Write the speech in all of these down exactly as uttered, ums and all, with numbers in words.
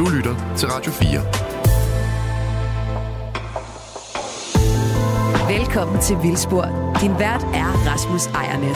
Du lytter til Radio fire. Velkommen til Vildspor. Din vært er Rasmus Ejernes.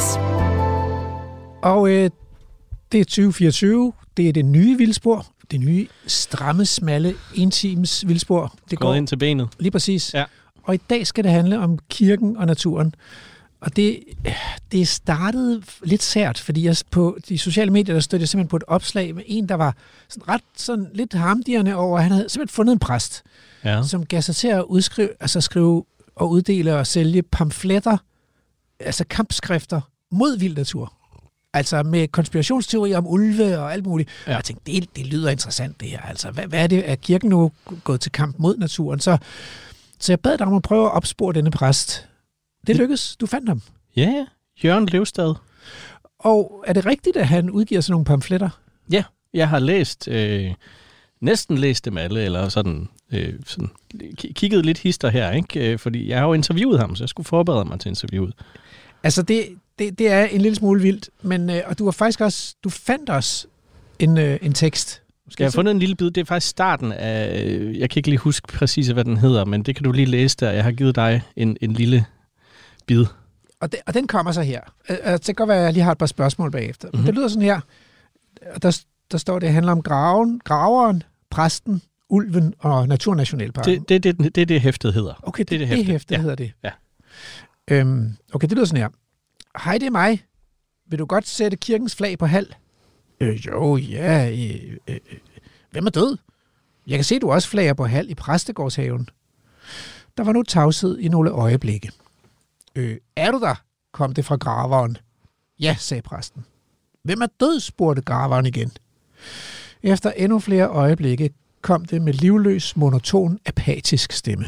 Og øh, det er tyve fireogtyve. Det er det nye Vildspor. Det nye stramme, smalle, entimes Vildspor. Det går ind til benet. Lige præcis. Ja. Og i dag skal det handle om kirken og naturen. Og det, det startede lidt sært, fordi jeg på de sociale medier, der stødte jeg simpelthen på et opslag med en, der var sådan ret sådan lidt harmdirrende over, at han havde simpelthen fundet en præst, ja. som gav sig til at udskrive, altså skrive og uddele og sælge pamfletter, altså kampskrifter mod vild natur. Altså med konspirationsteorier om ulve og alt muligt. Ja. Og jeg tænkte, det, det lyder interessant det her. Altså, hvad, hvad er det? Er kirken nu gået til kamp mod naturen? Så, så jeg bad dig om at prøve at opspore denne præst. Det lykkedes. Du fandt ham. Ja, ja. Jørgen Levstad. Og er det rigtigt, at han udgiver sådan nogle pamfletter? Ja, jeg har læst, øh, næsten læst dem alle, eller sådan, øh, sådan kigget lidt hister her, ikke? Fordi jeg har jo interviewet ham, så jeg skulle forberede mig til interviewet. Altså, det, det, det er en lille smule vildt, men øh, og du har faktisk også, du fandt også en, øh, en tekst. Skal jeg har fundet en lille bid. Det er faktisk starten af, øh, jeg kan ikke lige huske præcis, hvad den hedder, men det kan du lige læse der. Jeg har givet dig en, en lille bid. Og, de, og den kommer så her. Det kan godt være, at jeg lige har et par spørgsmål bagefter. Mm-hmm. Det lyder sådan her. Der, der står, det handler om graven, graveren, præsten, ulven og Naturnationalparken. Det er det, det, det, det hæftet hedder. Okay, det, det, det, det, det hæftet ja. hedder det. Ja. Øhm, okay, det lyder sådan her. Hej, det er mig. Vil du godt sætte kirkens flag på halv? Øh, jo, ja. Øh, øh, hvem er død? Jeg kan se, du også flager på halv i Præstegårdshaven. Der var nu tavshed i nogle øjeblikke. Øh, er du der? Kom det fra graveren. Ja, sagde præsten. Hvem er død? Spurgte graveren igen. Efter endnu flere øjeblikke kom det med livløs, monoton, apatisk stemme.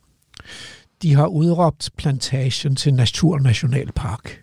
De har udråbt plantagen til Naturnationalpark.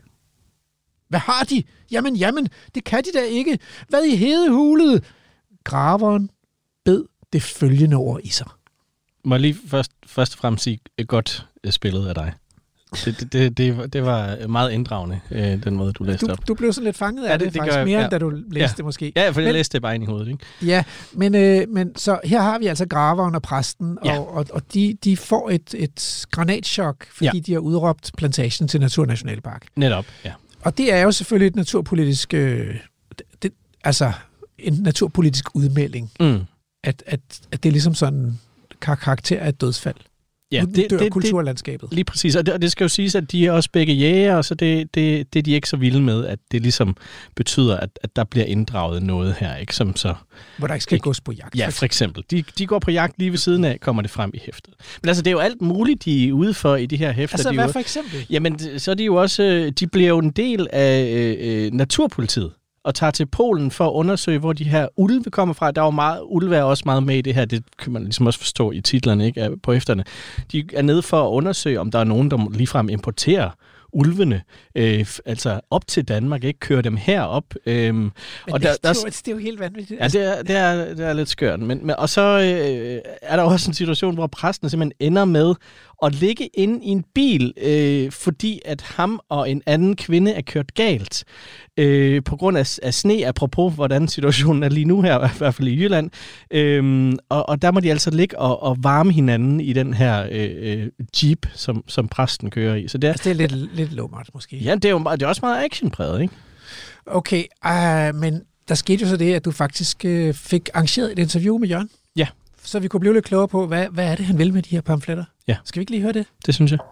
Hvad har de? Jamen, jamen, det kan de da ikke. Hvad i hedehulet? Graveren bed det følgende ord i sig. Må jeg lige først, først og fremmest sige et godt spillet af dig. Det, det, det, det, det var meget inddragende, øh, den måde, du læste du, op. Du blev sådan lidt fanget af ja, det, det, det faktisk, jeg, mere ja. end da du læste ja. det måske. Ja, for jeg men, læste det bare ind i hovedet, ikke? Ja, men, øh, men så her har vi altså graveren og præsten, ja. og, og, og de, de får et, et granatschok, fordi ja. de har udråbt plantagen til Naturnationalpark. Netop, ja. Og det er jo selvfølgelig et naturpolitisk, øh, det, altså en naturpolitisk udmelding, mm. at, at, at det er ligesom sådan karakter af et dødsfald. Ja, nu det, dør det, kulturlandskabet. Det, lige præcis, og det, og det skal jo siges, at de er også begge jæger, så det, det, det er de ikke så vilde med, at det ligesom betyder, at, at der bliver inddraget noget her, ikke? Som så... Hvor der ikke skal ikke, gås på jagt. Ja, for eksempel. De, de går på jagt lige ved siden af, kommer det frem i hæftet. Men altså, det er jo alt muligt, de er ude for i de her hæfter. Altså, de hvad jo, for eksempel? Jamen, så er de jo også, de bliver jo en del af øh, naturpolitiet, og tager til Polen for at undersøge, hvor de her ulve kommer fra. Der er jo meget, ulve er også meget med i det her, det kan man ligesom også forstå i titlerne, ikke, på hæfterne. De er nede for at undersøge, om der er nogen, der ligefrem importerer ulvene, øh, altså op til Danmark, ikke kører dem herop. Øh, men og det, der, det, der, er jo, det er jo helt vanvittigt. Ja, det er, det er, det er lidt skørt. Men, men, og så øh, er der også en situation, hvor præsten simpelthen ender med at ligge inde i en bil, øh, fordi at ham og en anden kvinde er kørt galt. Øh, på grund af, af sne, apropos hvordan situationen er lige nu her, i hvert fald i Jylland. Øh, og, og der må de altså ligge og, og varme hinanden i den her øh, jeep, som, som præsten kører i. Så det er, altså, det er lidt, lidt lummert måske. Ja, det er jo det er også meget actionpræget, ikke? Okay, uh, men der skete jo så det, at du faktisk uh, fik arrangeret et interview med Jørgen. Ja. Så vi kunne blive lidt klogere på, hvad, hvad er det, han vil med de her pamfletter? Ja. Skal vi ikke lige høre det? Det synes jeg.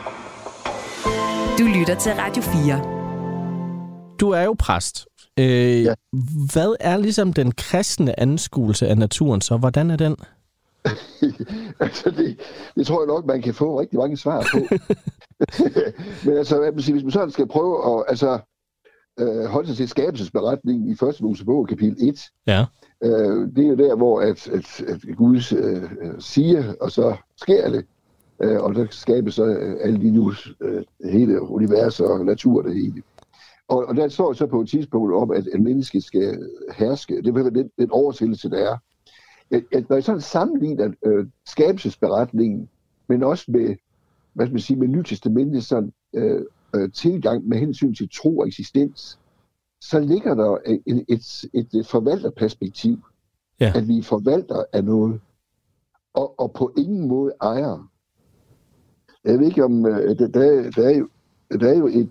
Du lytter til Radio fire. Du er jo præst. Øh, ja. Hvad er ligesom den kristne anskuelse af naturen så? Hvordan er den? altså, det, det tror jeg nok, man kan få rigtig mange svar på. Men altså, hvad man siger, hvis man sådan skal prøve at altså, øh, holde sig til skabelsesberetningen i første Mosebog, kapitel et, ja. øh, det er jo der, hvor at, at, at Gud øh, siger, og så sker det. Øh, og der skabes så øh, alle de nu, øh, hele universet og natur det hele. Og, og der står så på et tidspunkt om, at en menneske skal herske. Det er den, den oversættelse, der er. At, at når jeg sådan sammenligner øh, skabelsesberetningen, men også med, hvad skal man sige, med Nytestamentet sådan øh, øh, tilgang med hensyn til tro og eksistens, så ligger der et, et, et, et forvalterperspektiv ja. At vi forvalter af noget, og, og på ingen måde ejer. Jeg ved ikke om, der, der, der, er, jo, der er jo et,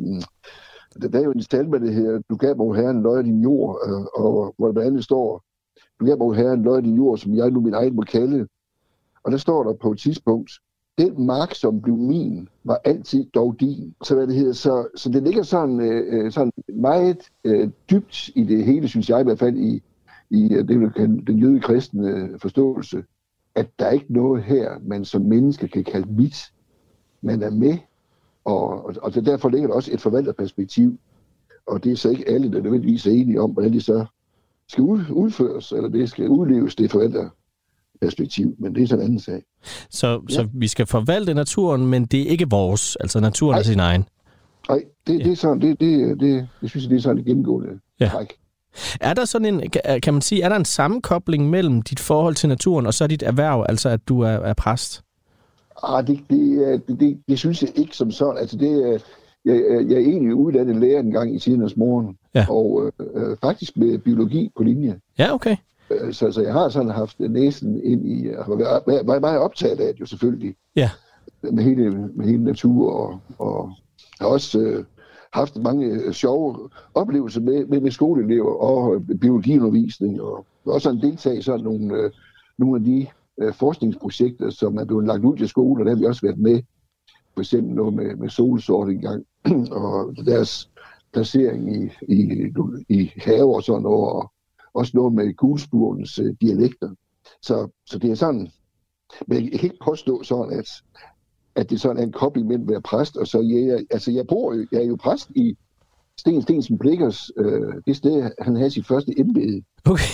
der er jo en salme, det her, du gav mig Herren løg af din jord, og hvor det blandt andet står, du gav mig Herren løg af din jord, som jeg nu min egen må kalde. Og der står der på et tidspunkt, den mark, som blev min, var altid dog din. Så hvad det hedder, så, så det ligger sådan, øh, sådan meget øh, dybt i det hele, synes jeg i hvert fald, i, i det, den jødekristne forståelse, at der er ikke noget her, man som menneske kan kalde mit. Man er med, og, og, og derfor ligger der også et forvalterperspektiv. Og det er så ikke alle, der nødvendigvis er enige om, hvordan det så skal udføres, eller det skal udleves, det forvalterperspektiv. Men det er sådan en anden sag. Så, ja. så vi skal forvalte naturen, men det er ikke vores, altså naturen Nej. er sin egen. Nej, det, ja. det er sådan, det, det, det, det synes jeg, det er sådan et gennemgående ja. træk. Er der sådan en, kan man sige, er der en sammenkobling mellem dit forhold til naturen og så dit erhverv, altså at du er, er præst? Ah, det, det, det, det, det synes jeg ikke som sådan. Altså det, jeg, jeg er egentlig uddannet lærer en gang i tidernes morgen, ja. og øh, faktisk med biologi på linje. Ja, okay. Så, så jeg har sådan haft næsen ind i, og var meget optaget af det jo selvfølgelig, ja. med, hele, med hele natur, og, og har også øh, haft mange sjove oplevelser med, med, med skoleelever og biologiundervisning, og også en deltag i sådan nogle, øh, nogle af de øh, forskningsprojekter, som er blevet lagt ud til skole, og der har vi også været med, for eksempel noget med, med solsort engang, og deres placering i, i, i haver og sådan noget, og også noget med gulspurvens øh, dialekter. Så, så det er sådan, men jeg kan ikke påstå sådan, at, at det sådan er en kobling mellem at være præst, og så jæger. Altså jeg bor jo, jeg er jo præst i Sten Stensen Blikkers, øh, det sted, han havde sit første embede. Okay.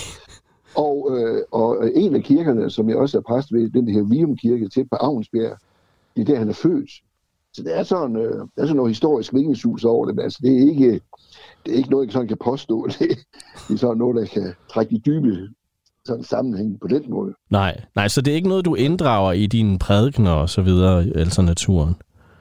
Og, øh, og en af kirkerne, som jeg også er præst ved, den her Vium Kirke tæt på Avnsbjerg, det er der, han er født. Så det er sådan, øh, der er sådan noget historisk vingesus over det, men altså det er ikke, det er ikke noget, jeg sådan kan påstå. Det, det er sådan noget, der kan trække de dybe sådan sammenhæng på den måde. Nej, nej, så det er ikke noget, du inddrager i dine prædikener og så videre, altså naturen?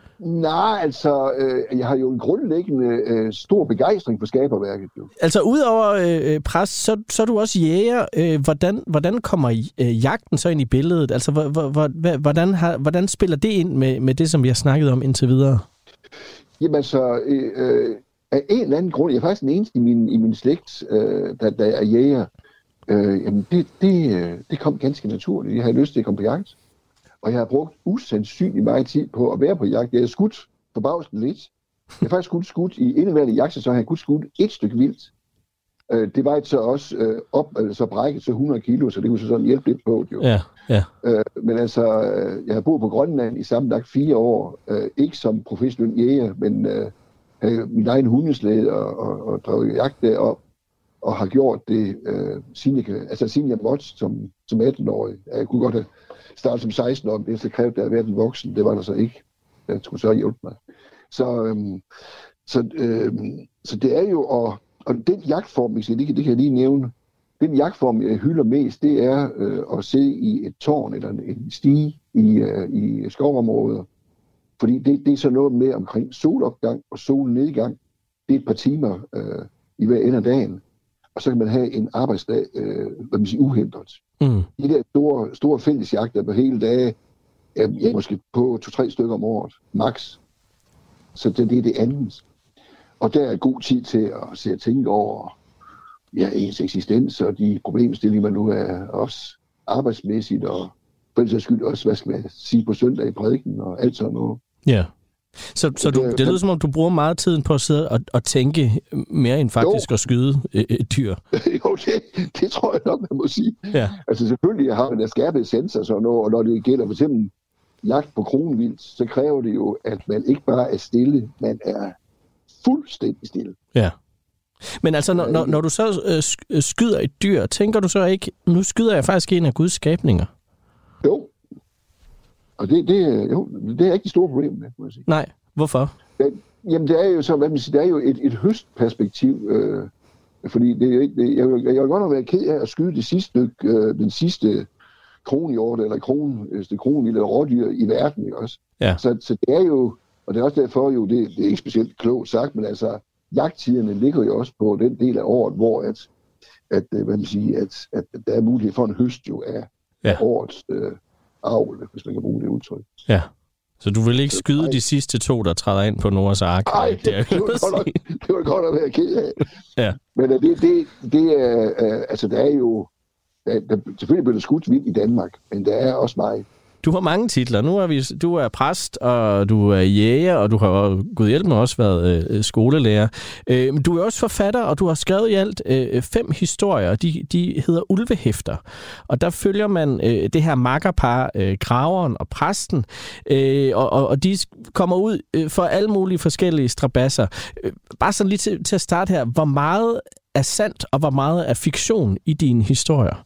Nej, altså, øh, jeg har jo en grundlæggende øh, stor begejstring for skaberværket. Jo. Altså, udover øh, præst, så, så er du også jæger. Øh, hvordan, hvordan kommer øh, jagten så ind i billedet? Altså, hvor, hvor, hvordan, har, hvordan spiller det ind med, med det, som vi har snakket om indtil videre? Jamen altså, øh, øh, af en eller anden grund, jeg er faktisk den eneste i min, i min slægt, øh, der, der er jæger, øh, jamen det, det, det kom ganske naturligt. Jeg havde lyst til at komme på jagt. Og jeg har brugt usandsynlig meget tid på at være på jagt. Jeg har skudt forbavsende lidt. Jeg har faktisk kun skudt i indeværende jagt, så har jeg kun skudt et stykke vildt. Øh, det var så også øh, op, altså brækket til hundrede kilo, så det kunne så sådan hjælpe lidt på. Jo. Ja, ja. Øh, men altså, øh, jeg har boet på Grønland i sammenlagt fire år. Øh, ikke som professionel jæger, men øh, havde min egen hundeslæde og, og, og drev jagt derop. Og har gjort det, øh, siden, jeg, altså, siden jeg måtte som, som atten-årig. Jeg kunne godt have startet som seksten-årig, det så krævede, at jeg havde været en voksen. Det var der så ikke. Jeg skulle så hjælpe mig. Så, øhm, så, øhm, så det er jo, og, og den jagtform, det kan, det kan jeg lige nævne, den jagtform, jeg hylder mest, det er øh, at sidde i et tårn eller en, en stige i, øh, i skovområder. Fordi det, det er så noget med omkring solopgang og solnedgang. Det er et par timer øh, i hver ende af dagen. Og så kan man have en arbejdsdag, øh, hvad man siger, uhindret. Mm. De der store, store fællesjagter på hele dage, er ja, måske på to-tre stykker om året, max. Så det, det er det andet. Og der er god tid til at se at tænke over ja, ens eksistens og de problemstillinger, man nu er også arbejdsmæssigt, og for den sags skyld også, hvad skal man sige, på søndag i prædiken og alt sådan noget. Ja. Yeah. Så, så du, det lyder som om, du bruger meget tiden på at sidde og, og tænke mere end faktisk jo. At skyde et, et dyr. Jo, det, det tror jeg nok, man må sige. Ja. Altså selvfølgelig har man en skærpet sensor, sådan noget, og når det gælder for eksempel jagt på kronvildt, så kræver det jo, at man ikke bare er stille, man er fuldstændig stille. Ja. Men altså, når, når, når du så øh, skyder et dyr, tænker du så ikke, nu skyder jeg faktisk en af Guds skabninger? Jo. Og det, det, jo, det er ikke de store problemer med, må jeg sige. Nej, hvorfor? Ja, jamen, det er jo så, hvad man siger, det er jo et, et høstperspektiv, øh, fordi det er jo ikke, det, jeg, jeg, jeg vil godt nok være ked af at skyde det sidste stykke, øh, den sidste kronhjort, eller kron, det kronvilde rådyr i verden, ikke også? Ja. Så, så det er jo, og det er også derfor jo, det, det er ikke specielt klogt sagt, men altså, jagttiderne ligger jo også på den del af året, hvor at at, hvad man siger, at, at der er mulighed for en høst jo af, ja. af årets øh, avl, hvis man kan bruge det udtryk. Ja. Så du vil ikke skyde Ej. de sidste to, der træder ind på Noahs Ark? Nej, det, det, det, var godt, det var godt at være ked af. Ja. Men uh, det, det, det er, uh, altså der er jo, der, der, selvfølgelig bliver der skudt vildt i Danmark, men der er også mig. Du har mange titler. Nu er vi, du er præst, og du er jæger, og du har gud hjælp mig også været øh, skolelærer. Øh, men du er også forfatter, og du har skrevet i alt øh, fem historier. De, de hedder Ulvehæfter. Og der følger man øh, det her makkerpar, øh, graveren og præsten, øh, og, og, og de kommer ud øh, for alle mulige forskellige strabasser. Øh, bare sådan lige til, til at starte her. Hvor meget er sandt, og hvor meget er fiktion i dine historier?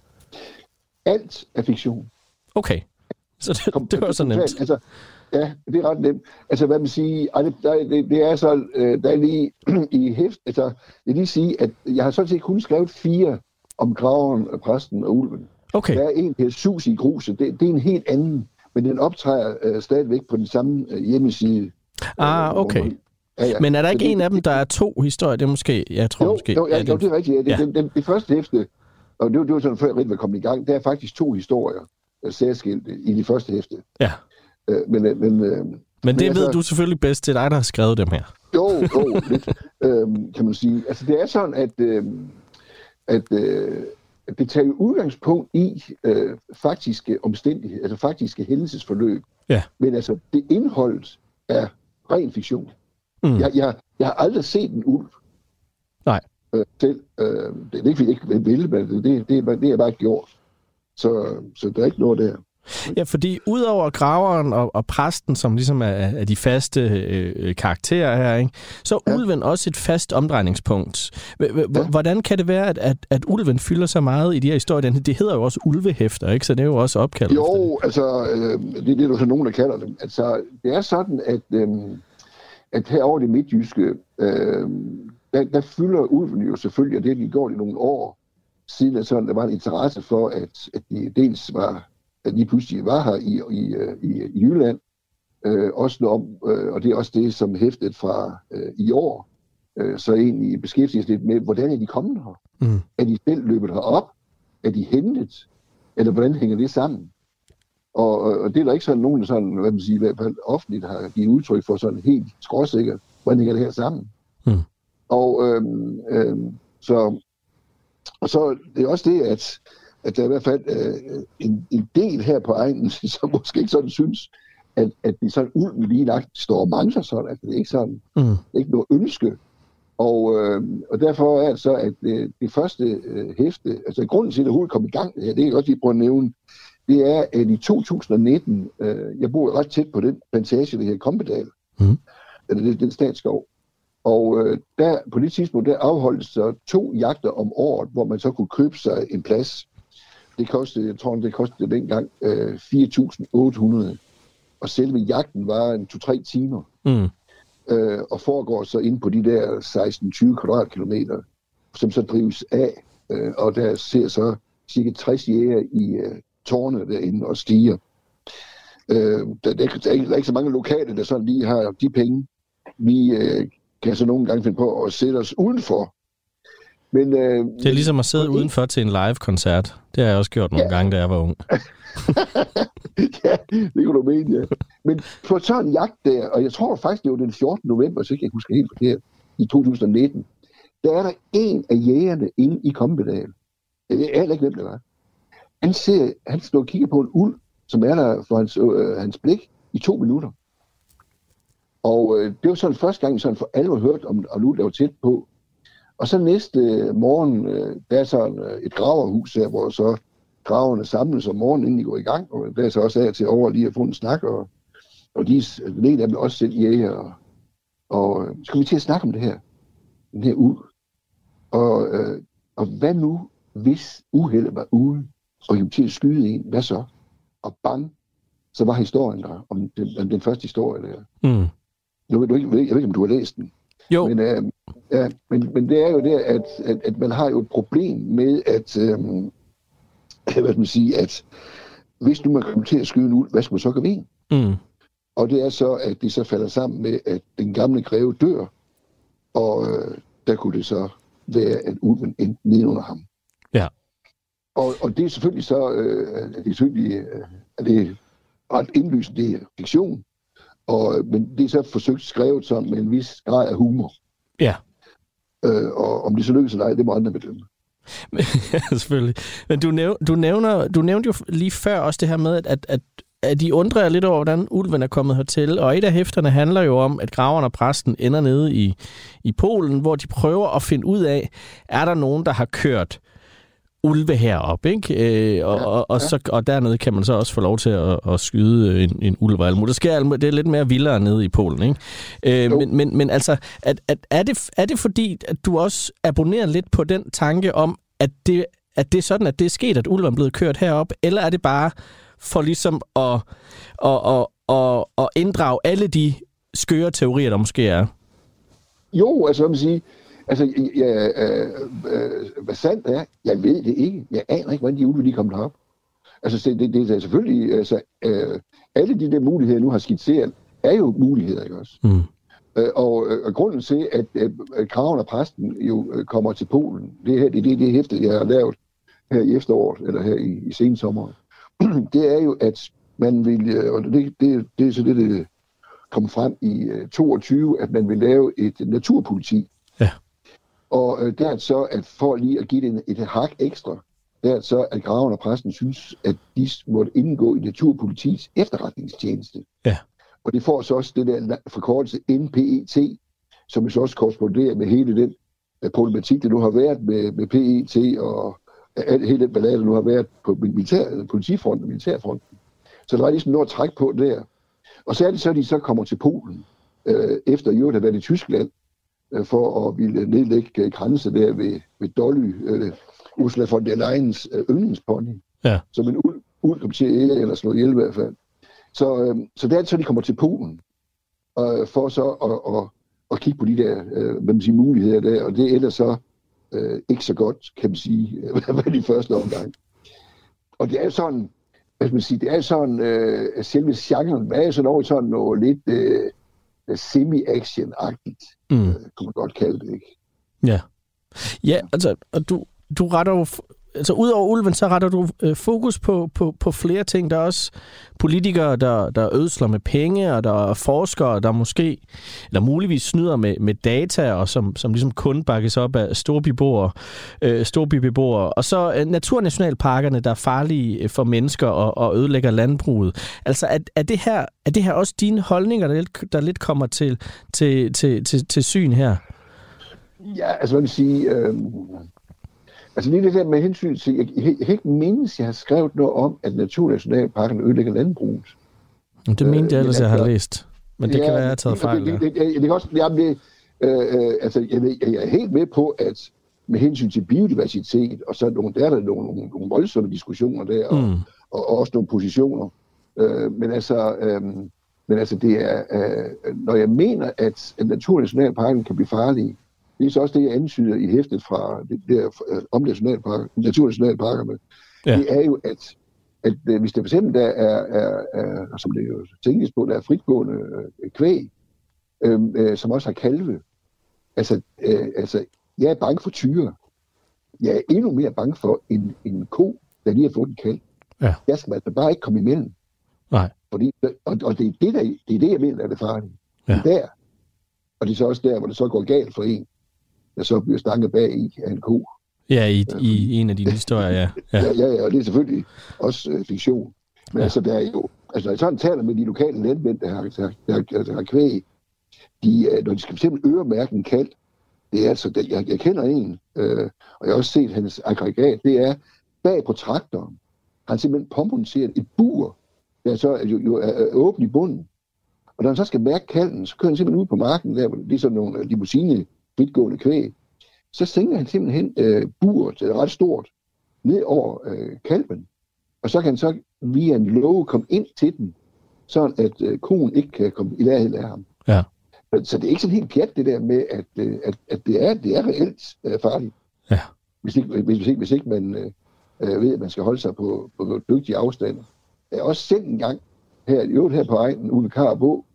Alt er fiktion. Okay. Så det, det var så nemt. Altså, ja, det er ret nemt. Altså, hvad man siger, det, det, det er så, der er lige i hæft, altså, jeg vil lige sige, at jeg har sådan set kun skrevet fire om graveren, præsten og ulven. Okay. Der er en, der hedder Sus i gruset, det, det er en helt anden, men den optræder uh, stadigvæk på den samme uh, hjemmeside. Ah, okay. Man, ja, ja. Men er der ikke det, en af dem, der er to historier? Det er måske, jeg tror jo, måske... Jo, ja, ja, jo, det er rigtigt. Ja. Det, ja. det, det, det første hæfte, og det var, det var sådan, før jeg rigtig var kommet i gang, der er faktisk to historier særskilt i de første hæfte. Ja. Øh, men, men, men, men det altså, ved du selvfølgelig bedst, det er dig, der har skrevet dem her. Jo, jo, lidt, øhm, kan man sige. Altså, det er sådan, at, øh, at, øh, at det tager jo udgangspunkt i øh, faktiske omstændigheder, altså faktiske hændelsesforløb. Ja. Men altså, det indholdet er ren fiktion. Mm. Jeg, jeg, jeg har aldrig set en ulv. Nej. Øh, selv. Øh, det er ikke, fordi jeg ikke vil, men det, det, det, det, det er bare ikke gjort. Så, så der er ikke noget der. Ja, fordi udover graveren og, og præsten, som ligesom er, er de faste øh, karakterer her, ikke, så er ja. ulven også et fast omdrejningspunkt. H- h- ja. Hvordan kan det være, at, at, at ulven fylder så meget i de her historier? Det hedder jo også ulvehæfter, ikke? Så det er jo også opkaldt. Jo, altså, øh, det, det er jo så nogen, der kalder dem. Altså, det er sådan, at, øh, at herovre det midtjyske, øh, der, der fylder ulven jo selvfølgelig, og det har de gjort i nogle år, siden at sådan, der var en interesse for, at, at de dels var, at de pludselig var her i, i, i, i Jylland, øh, også om, øh, og det er også det, som hæftet fra øh, i år, øh, så egentlig beskæftiger sig lidt med, hvordan er de kommet her? Mm. Er de selv løbet herop? Er de hentet? Eller hvordan hænger det sammen? Og, og det er der ikke sådan nogen, der sådan, hvad man siger, i hvert fald offentligt har givet udtryk for sådan helt skråsikkert, hvordan hænger det her sammen? Mm. Og øh, øh, så Og så det er også det, at, at der er i hvert fald øh, en, en del her på egnen, som måske ikke sådan synes, at, at det er sådan ulven lige lagt står og mangler sådan, at det er ikke sådan, mm. det er ikke noget ønske. Og, øh, og derfor er det så, at det, det første øh, hæfte, altså grunden til, at det kom i gang, det, her, det kan jeg godt lige prøve at nævne, det er, at i to tusind nitten, øh, jeg bor ret tæt på den plantage, der hedder Kompedal, mm. eller det, den statsskov. Og øh, der, på det tidspunkt, der afholdtes så to jagter om året, hvor man så kunne købe sig en plads. Det kostede, jeg tror, det kostede dengang øh, fire tusind otte hundrede. Og selve jagten var en to-tre timer. Mm. Øh, og foregår så inde på de der seksten til tyve kvadratkilometer, som så drives af. Øh, og der ser så cirka tres jæger i øh, tårne derinde og stiger. Øh, der, der, der, er ikke, der er ikke så mange lokale, der sådan lige har de penge. Vi øh, kan så nogle gange finde på at sætte os udenfor. Men, øh, det er ligesom at sidde men, udenfor til en live-koncert. Det har jeg også gjort nogle ja. gange, da jeg var ung. Ja, det kunne du mene, ja. Men på sådan en jagt der, og jeg tror faktisk, det var den fjortende november, så jeg kan ikke huske helt forkert, i to tusind nitten, der er der en af jægerne inde i Kompedal. Jeg aner ikke, hvem det var. Han, ser, han står og kigger på en ulv, som er der for hans, øh, hans blik i to minutter. Og øh, det var sådan første gang, sådan for alvor hørt om, om ulv, der var tæt på. Og så næste morgen, øh, der er sådan øh, et graverhus her, hvor så graverne samles om morgenen, inden de går i gang. Og der er så også af til over lige at få en snak. Og, og de, den ene af dem også selv jæger. Og, og øh, skal vi til at snakke om det her? Den her ulv. Og, øh, og hvad nu, hvis uheldet var ude, og I til at skyde en? Hvad så? Og bang, så var historien der, om den, om den første historie der. Mm. Nu ved du ikke, jeg ved ikke, om du har læst den. Jo. Men, øh, ja, men, men det er jo det, at, at, at man har jo et problem med, at, øh, hvad skal man sige, at hvis nu man kommer til at skyde en ulv, hvad skal man så gøre ved? Mm. Og det er så, at det så falder sammen med, at den gamle greve dør, og øh, der kunne det så være, at ulven endte ned under ham. Ja. Og, og det er selvfølgelig så, øh, det er selvfølgelig, øh, er det ret indlysende, det er fiktion, og, men det er så forsøgt skrevet sådan med en vis grad af humor. Ja. Øh, og om det så lykkes eller ej, det må andre bedømme. Ja, selvfølgelig. Men du, næv, du, nævner, du nævnte jo lige før også det her med, at, at, at, at de undrer lidt over, hvordan ulven er kommet hertil. Og et af hæfterne handler jo om, at graveren og præsten ender nede i, i Polen, hvor de prøver at finde ud af, er der nogen, der har kørt ulve herop, ikke? Øh, og, ja, og, og, så, og dernede kan man så også få lov til at, at skyde en, en ulv og almut. Der sker almut, det er lidt mere vildere nede i Polen, ikke? Øh, men, men, men altså, at, at, er, det, er det fordi, at du også abonnerer lidt på den tanke om, at det, at det er sådan, at det er sket, at ulven er blevet kørt herop, eller er det bare for ligesom at, at, at, at, at inddrage alle de skøre teorier, der måske er? Jo, altså, hvad man siger, altså, ja, øh, øh, hvad sandt er, jeg ved det ikke. Jeg aner ikke, hvordan de ulve de kommer herop. Altså, det, det er selvfølgelig, altså, øh, alle de der muligheder, jeg nu har skitseret, er jo muligheder, ikke også? Mm. Øh, og, og grunden til, at, at, at kraven og præsten jo kommer til Polen, det her, det, det, det hæfte, jeg har lavet her i efteråret, eller her i, i sensommeren, det er jo, at man vil, og det, det, det er så det, det kom frem i toogtyve, at man vil lave et naturpoliti. Ja. Og øh, det er så, at for lige at give det et, et hak ekstra, det er så, at graven og præsten synes, at de måtte indgå i naturpolitiets efterretningstjeneste. Ja. Og det får så også det der forkortelse N P E T, som så også korresponderer med hele den uh, problematik, der nu har været med, med P E T og uh, hele den ballade, der nu har været på militær, politifronten og militærfronten. Så der er ligesom noget at trække på der. Og så er det så, at de så kommer til Polen, uh, efter jo, der har været i Tyskland, for at ville nedlægge grænser der ved, ved Dolly, øh, Ursula von der Leyens øh, yndlingspony, ja. Som en uld, uld kom til at ære, eller slå ihjel i hvert fald. Så, øh, så det er så, de kommer til Polen, øh, for så at, at, at kigge på de der øh, hvad man siger, muligheder der, og det er ellers så øh, ikke så godt, kan man sige, hvad de første omgang. Og det er jo sådan, hvad skal man sige, det er sådan, øh, selve genren, hvad er sådan over sådan noget lidt øh, semi-action-agtigt, mm. øh, kunne man godt kalde det, ikke? Ja. Ja, altså, og du, du retter jo, altså ud over ulven, så retter du øh, fokus på, på, på flere ting. Der er også politikere, der, der ødsler med penge, og der er forskere, der måske, eller muligvis snyder med, med data, og som, som ligesom kun bakkes op af storbybeboere, øh, storbybeboere. Og så øh, naturnationalparkerne, der er farlige for mennesker og, og ødelægger landbruget. Altså, er, er, det her, er det her også dine holdninger, der lidt, der lidt kommer til, til, til, til, til syn her? Ja, altså, hvad vil sige... Øh... Altså lige det der med hensyn til, jeg, jeg, jeg kan ikke mindes, jeg har skrevet noget om, at naturnationalparken ødelægger landbruget. Det mente jeg ellers, jeg har læst. Men det ja, kan være, jeg har taget fejl. Det, det, det, det, det kan også, jamen det, øh, altså, jeg, jeg er helt med på, at med hensyn til biodiversitet, og så nogle, der er der nogle, nogle, nogle voldsomme diskussioner der, og, mm. og, og også nogle positioner. Øh, men, altså, øh, men altså, det er, øh, når jeg mener, at, at naturnationalparken kan blive farlig, det er så også det, jeg antyder i hæftet fra det der om naturnationalparkerne. Ja. Det er jo, at, at hvis det for eksempel der er, er, er, som det jo tænkes på, der er fritgående øh, kvæg, øh, øh, som også har kalve. Altså, øh, altså, jeg er bange for tyre. Jeg er endnu mere bange for en, en ko, der lige har fået en kalv. Ja. Jeg skal altså bare ikke komme imellem. Nej. Fordi, og, og det er det, der, det er det, jeg mener, der er det farlige. Ja. Der. Og det er så også der, hvor det så går galt for en, der så bliver stanket bag i af en ko. Ja, i, øh, i en af dine historier, ja. Ja. ja. Ja, ja, og det er selvfølgelig også øh, fiktion. Men ja. altså, der er jo, altså, når jeg sådan taler med de lokale landmænd, der har, der, der, der har kvæg, de, øh, når de skal simpelthen øremærke en kalv, det er altså, der, jeg, jeg kender en, øh, og jeg har også set hans aggregat, det er bag på traktoren, han simpelthen påmonteret et bur, der så jo, jo er, er åben i bunden. Og når han så skal mærke kalven, så kører han simpelthen ud på marken, der hvor det er sådan nogle limousine fritgående kvæg, så sænker han simpelthen øh, buret, det er ret stort, ned over øh, kalven. Og så kan han så via en låge komme ind til den, sådan at øh, konen ikke kan komme i nærheden af ham. Ja. Så det er ikke sådan helt pjat, det der med, at, øh, at, at det, er, det er reelt øh, farligt. Ja. Hvis, ikke, hvis, hvis, ikke, hvis ikke man øh, ved, at man skal holde sig på, på dygtige afstander. Jeg har også selv en gang, her, jo her på egnen, ude ved Karabå,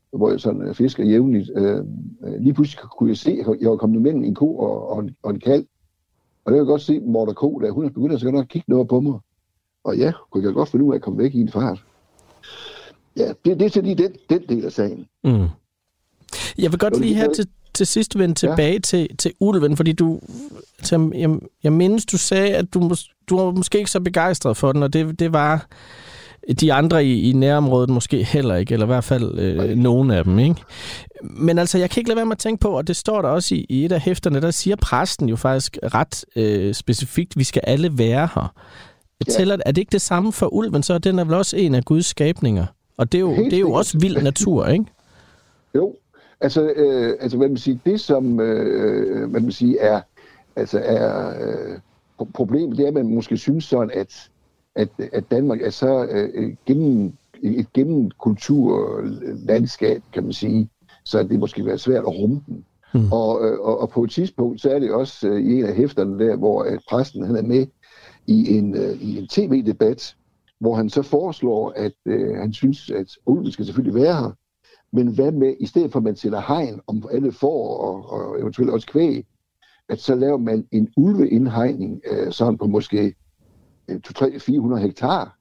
hvor jeg sådan fisker jævnligt. Øh, lige pludselig kunne jeg se, at jeg var kommet mellem en ko og, og, en, og en kalv. Og det kan jeg godt se, Morten Ko, der hun er begyndt at så nok kigge noget på mig. Og ja, kunne jeg godt finde ud af at komme væk i en fart. Ja, det, det er så lige den, den del af sagen. Mm. Jeg vil godt lige her til, til sidst vende tilbage ja. til, til ulven, fordi du, til, jeg, jeg mindes, du sagde, at du, du var måske ikke så begejstret for den, og det, det var de andre i, i nærområdet måske heller ikke, eller i hvert fald øh, nogen af dem, ikke? Men altså, jeg kan ikke lade være med at tænke på, og det står der også i, i et af hæfterne, der siger præsten jo faktisk ret øh, specifikt, vi skal alle være her. Jeg ja. tæller, er det ikke det samme for ulven, så er den er vel også en af Guds skabninger? Og det er jo, det er jo også vild natur, ikke? Jo, altså, øh, altså hvad man siger, det som øh, hvad man siger, er, altså er øh, problemet, det er, at man måske synes sådan, at, at, at Danmark er så øh, gennem, et gennem kulturlandskab, kan man sige, så det måske være svært at rumme den. Hmm. Og, og, og på et tidspunkt, så er det også øh, i en af hæfterne der, hvor at præsten han er med i en, øh, i en tv-debat, hvor han så foreslår, at øh, han synes, at ulven skal selvfølgelig være her, men hvad med, i stedet for at man sætter hegn om alle får og, og eventuelt også kvæg, at så laver man en ulveindhegning øh, sådan på måske øh, to tre til fire hundrede hektar,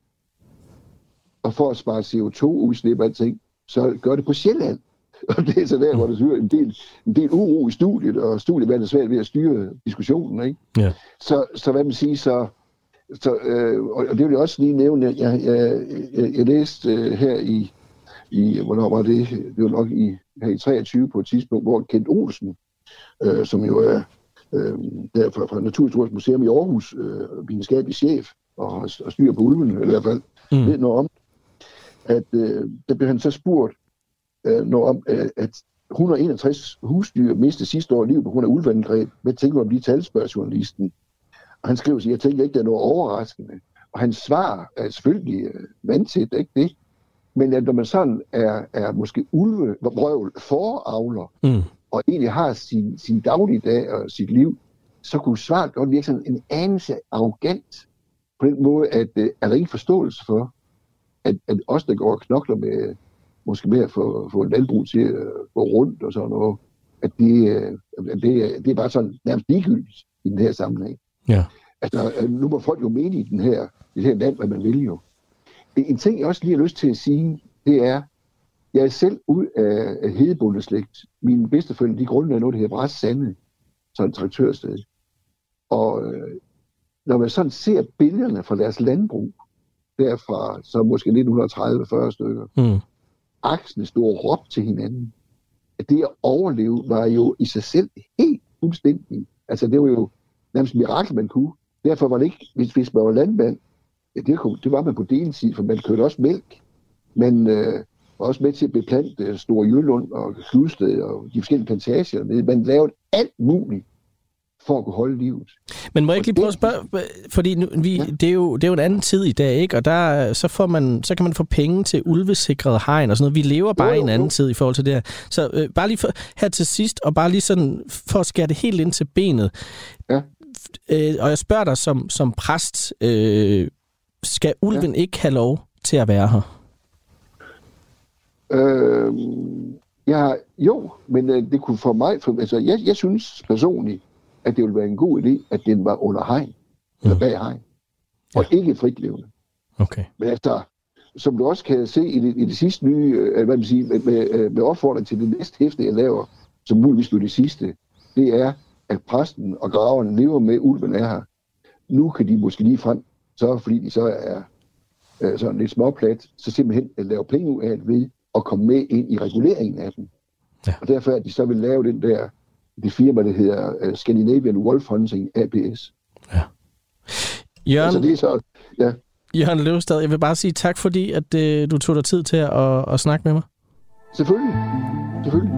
og for at spare C O to udslip og alting, så gør det på Sjælland. Og det er så der, hvor der syrer en del, en del uro i studiet, og studiet er svært ved at styre diskussionen, ikke? Ja. Så, så hvad man siger, så Så, øh, og det vil jeg også lige nævne, jeg, jeg, jeg, jeg læste øh, her i, i, hvornår var det? Det var nok i, her i treogtyve på et tidspunkt, hvor Kent Olsen, øh, som jo er øh, der fra, fra Naturhistorisk Museum i Aarhus, øh, videnskabelig chef og, og styrer på ulven, i hvert fald, mm. ved noget om, at øh, der blev han så spurgt øh, noget om, øh, at et hundrede og enogtres husdyr mistede sidste år liv på grund af ulveangreb. Hvad tænker du om de tal, spørger journalisten? Og han skriver sig, jeg tænker ikke, det er noget overraskende. Og hans svar er selvfølgelig øh, vandtæt, ikke det? Men at når man sådan er, er måske ulvebrøvl foravler, mm. og egentlig har sin, sin dagligdag og sit liv, så kunne svaret godt virke sådan en anelse arrogant på den måde, at øh, er der ingen forståelse for, at, at os, der går og knokler med, måske med at få, få landbrug til at gå rundt og sådan noget, at det, at det, det er bare sådan nærmest ligegyldigt i den her sammenhæng. Ja. Altså, nu må folk jo mene i den her, i det her land, hvad man vil jo. En ting, jeg også lige har lyst til at sige, det er, jeg er selv ud af hedebondeslægt. Mine bedsteforældre, de grundlagde noget, der hedder Brads Sande, sådan et traktørsted. Og øh, når man sådan ser billederne fra deres landbrug, derfra, så måske nitten tredive til fyrre stykker, mm. aksene stod og råbte til hinanden. At det at overleve var jo i sig selv helt fuldstændig. Altså, det var jo nærmest et mirakel, man kunne. Derfor var det ikke, hvis, hvis man var landmand, ja, det, kunne, det var man på deltid, for man kørte også mælk. Men øh, var også med til at beplante øh, Store Jylland og Kludsted og de forskellige plantager. Man lavede alt muligt for at kunne holde livet. Men må jeg ikke lige prøve at spørge, fordi nu, vi, ja. det, er jo, det er jo en anden tid i dag, ikke? Og der, så, får man, så kan man få penge til ulvesikret hegn og sådan noget. Vi lever bare jo, jo, jo. i en anden tid i forhold til det her. Så øh, bare lige for, her til sidst, og bare lige sådan for at skære det helt ind til benet. Ja. Øh, og jeg spørger dig som, som præst, øh, skal ulven ja. ikke have lov til at være her? Øh, ja, jo, men øh, det kunne for mig, for, altså jeg, jeg synes personligt, at det ville være en god idé, at den var under hegn, eller mm. bag hegn, og ja. ikke fritlevende. Okay. Men efter, som du også kan se i det, i det sidste nye, øh, hvad man siger, med, med, med opfordring til det næste hæfte, jeg laver, som muligvis blev det sidste, det er, at præsten og graveren lever med, ulven er her. Nu kan de måske lige frem, så fordi de så er øh, sådan lidt småplat, så simpelthen lave penge ud af det ved at komme med ind i reguleringen af dem. Ja. Og derfor at de så vil lave den der, det firma, der hedder uh, Scandinavian Wolf Hunting A P S. Ja. Jørgen, altså, det er så, ja. Jørgen Løvstad, jeg vil bare sige tak, fordi at, øh, du tog dig tid til at, at, at snakke med mig. Selvfølgelig. Selvfølgelig.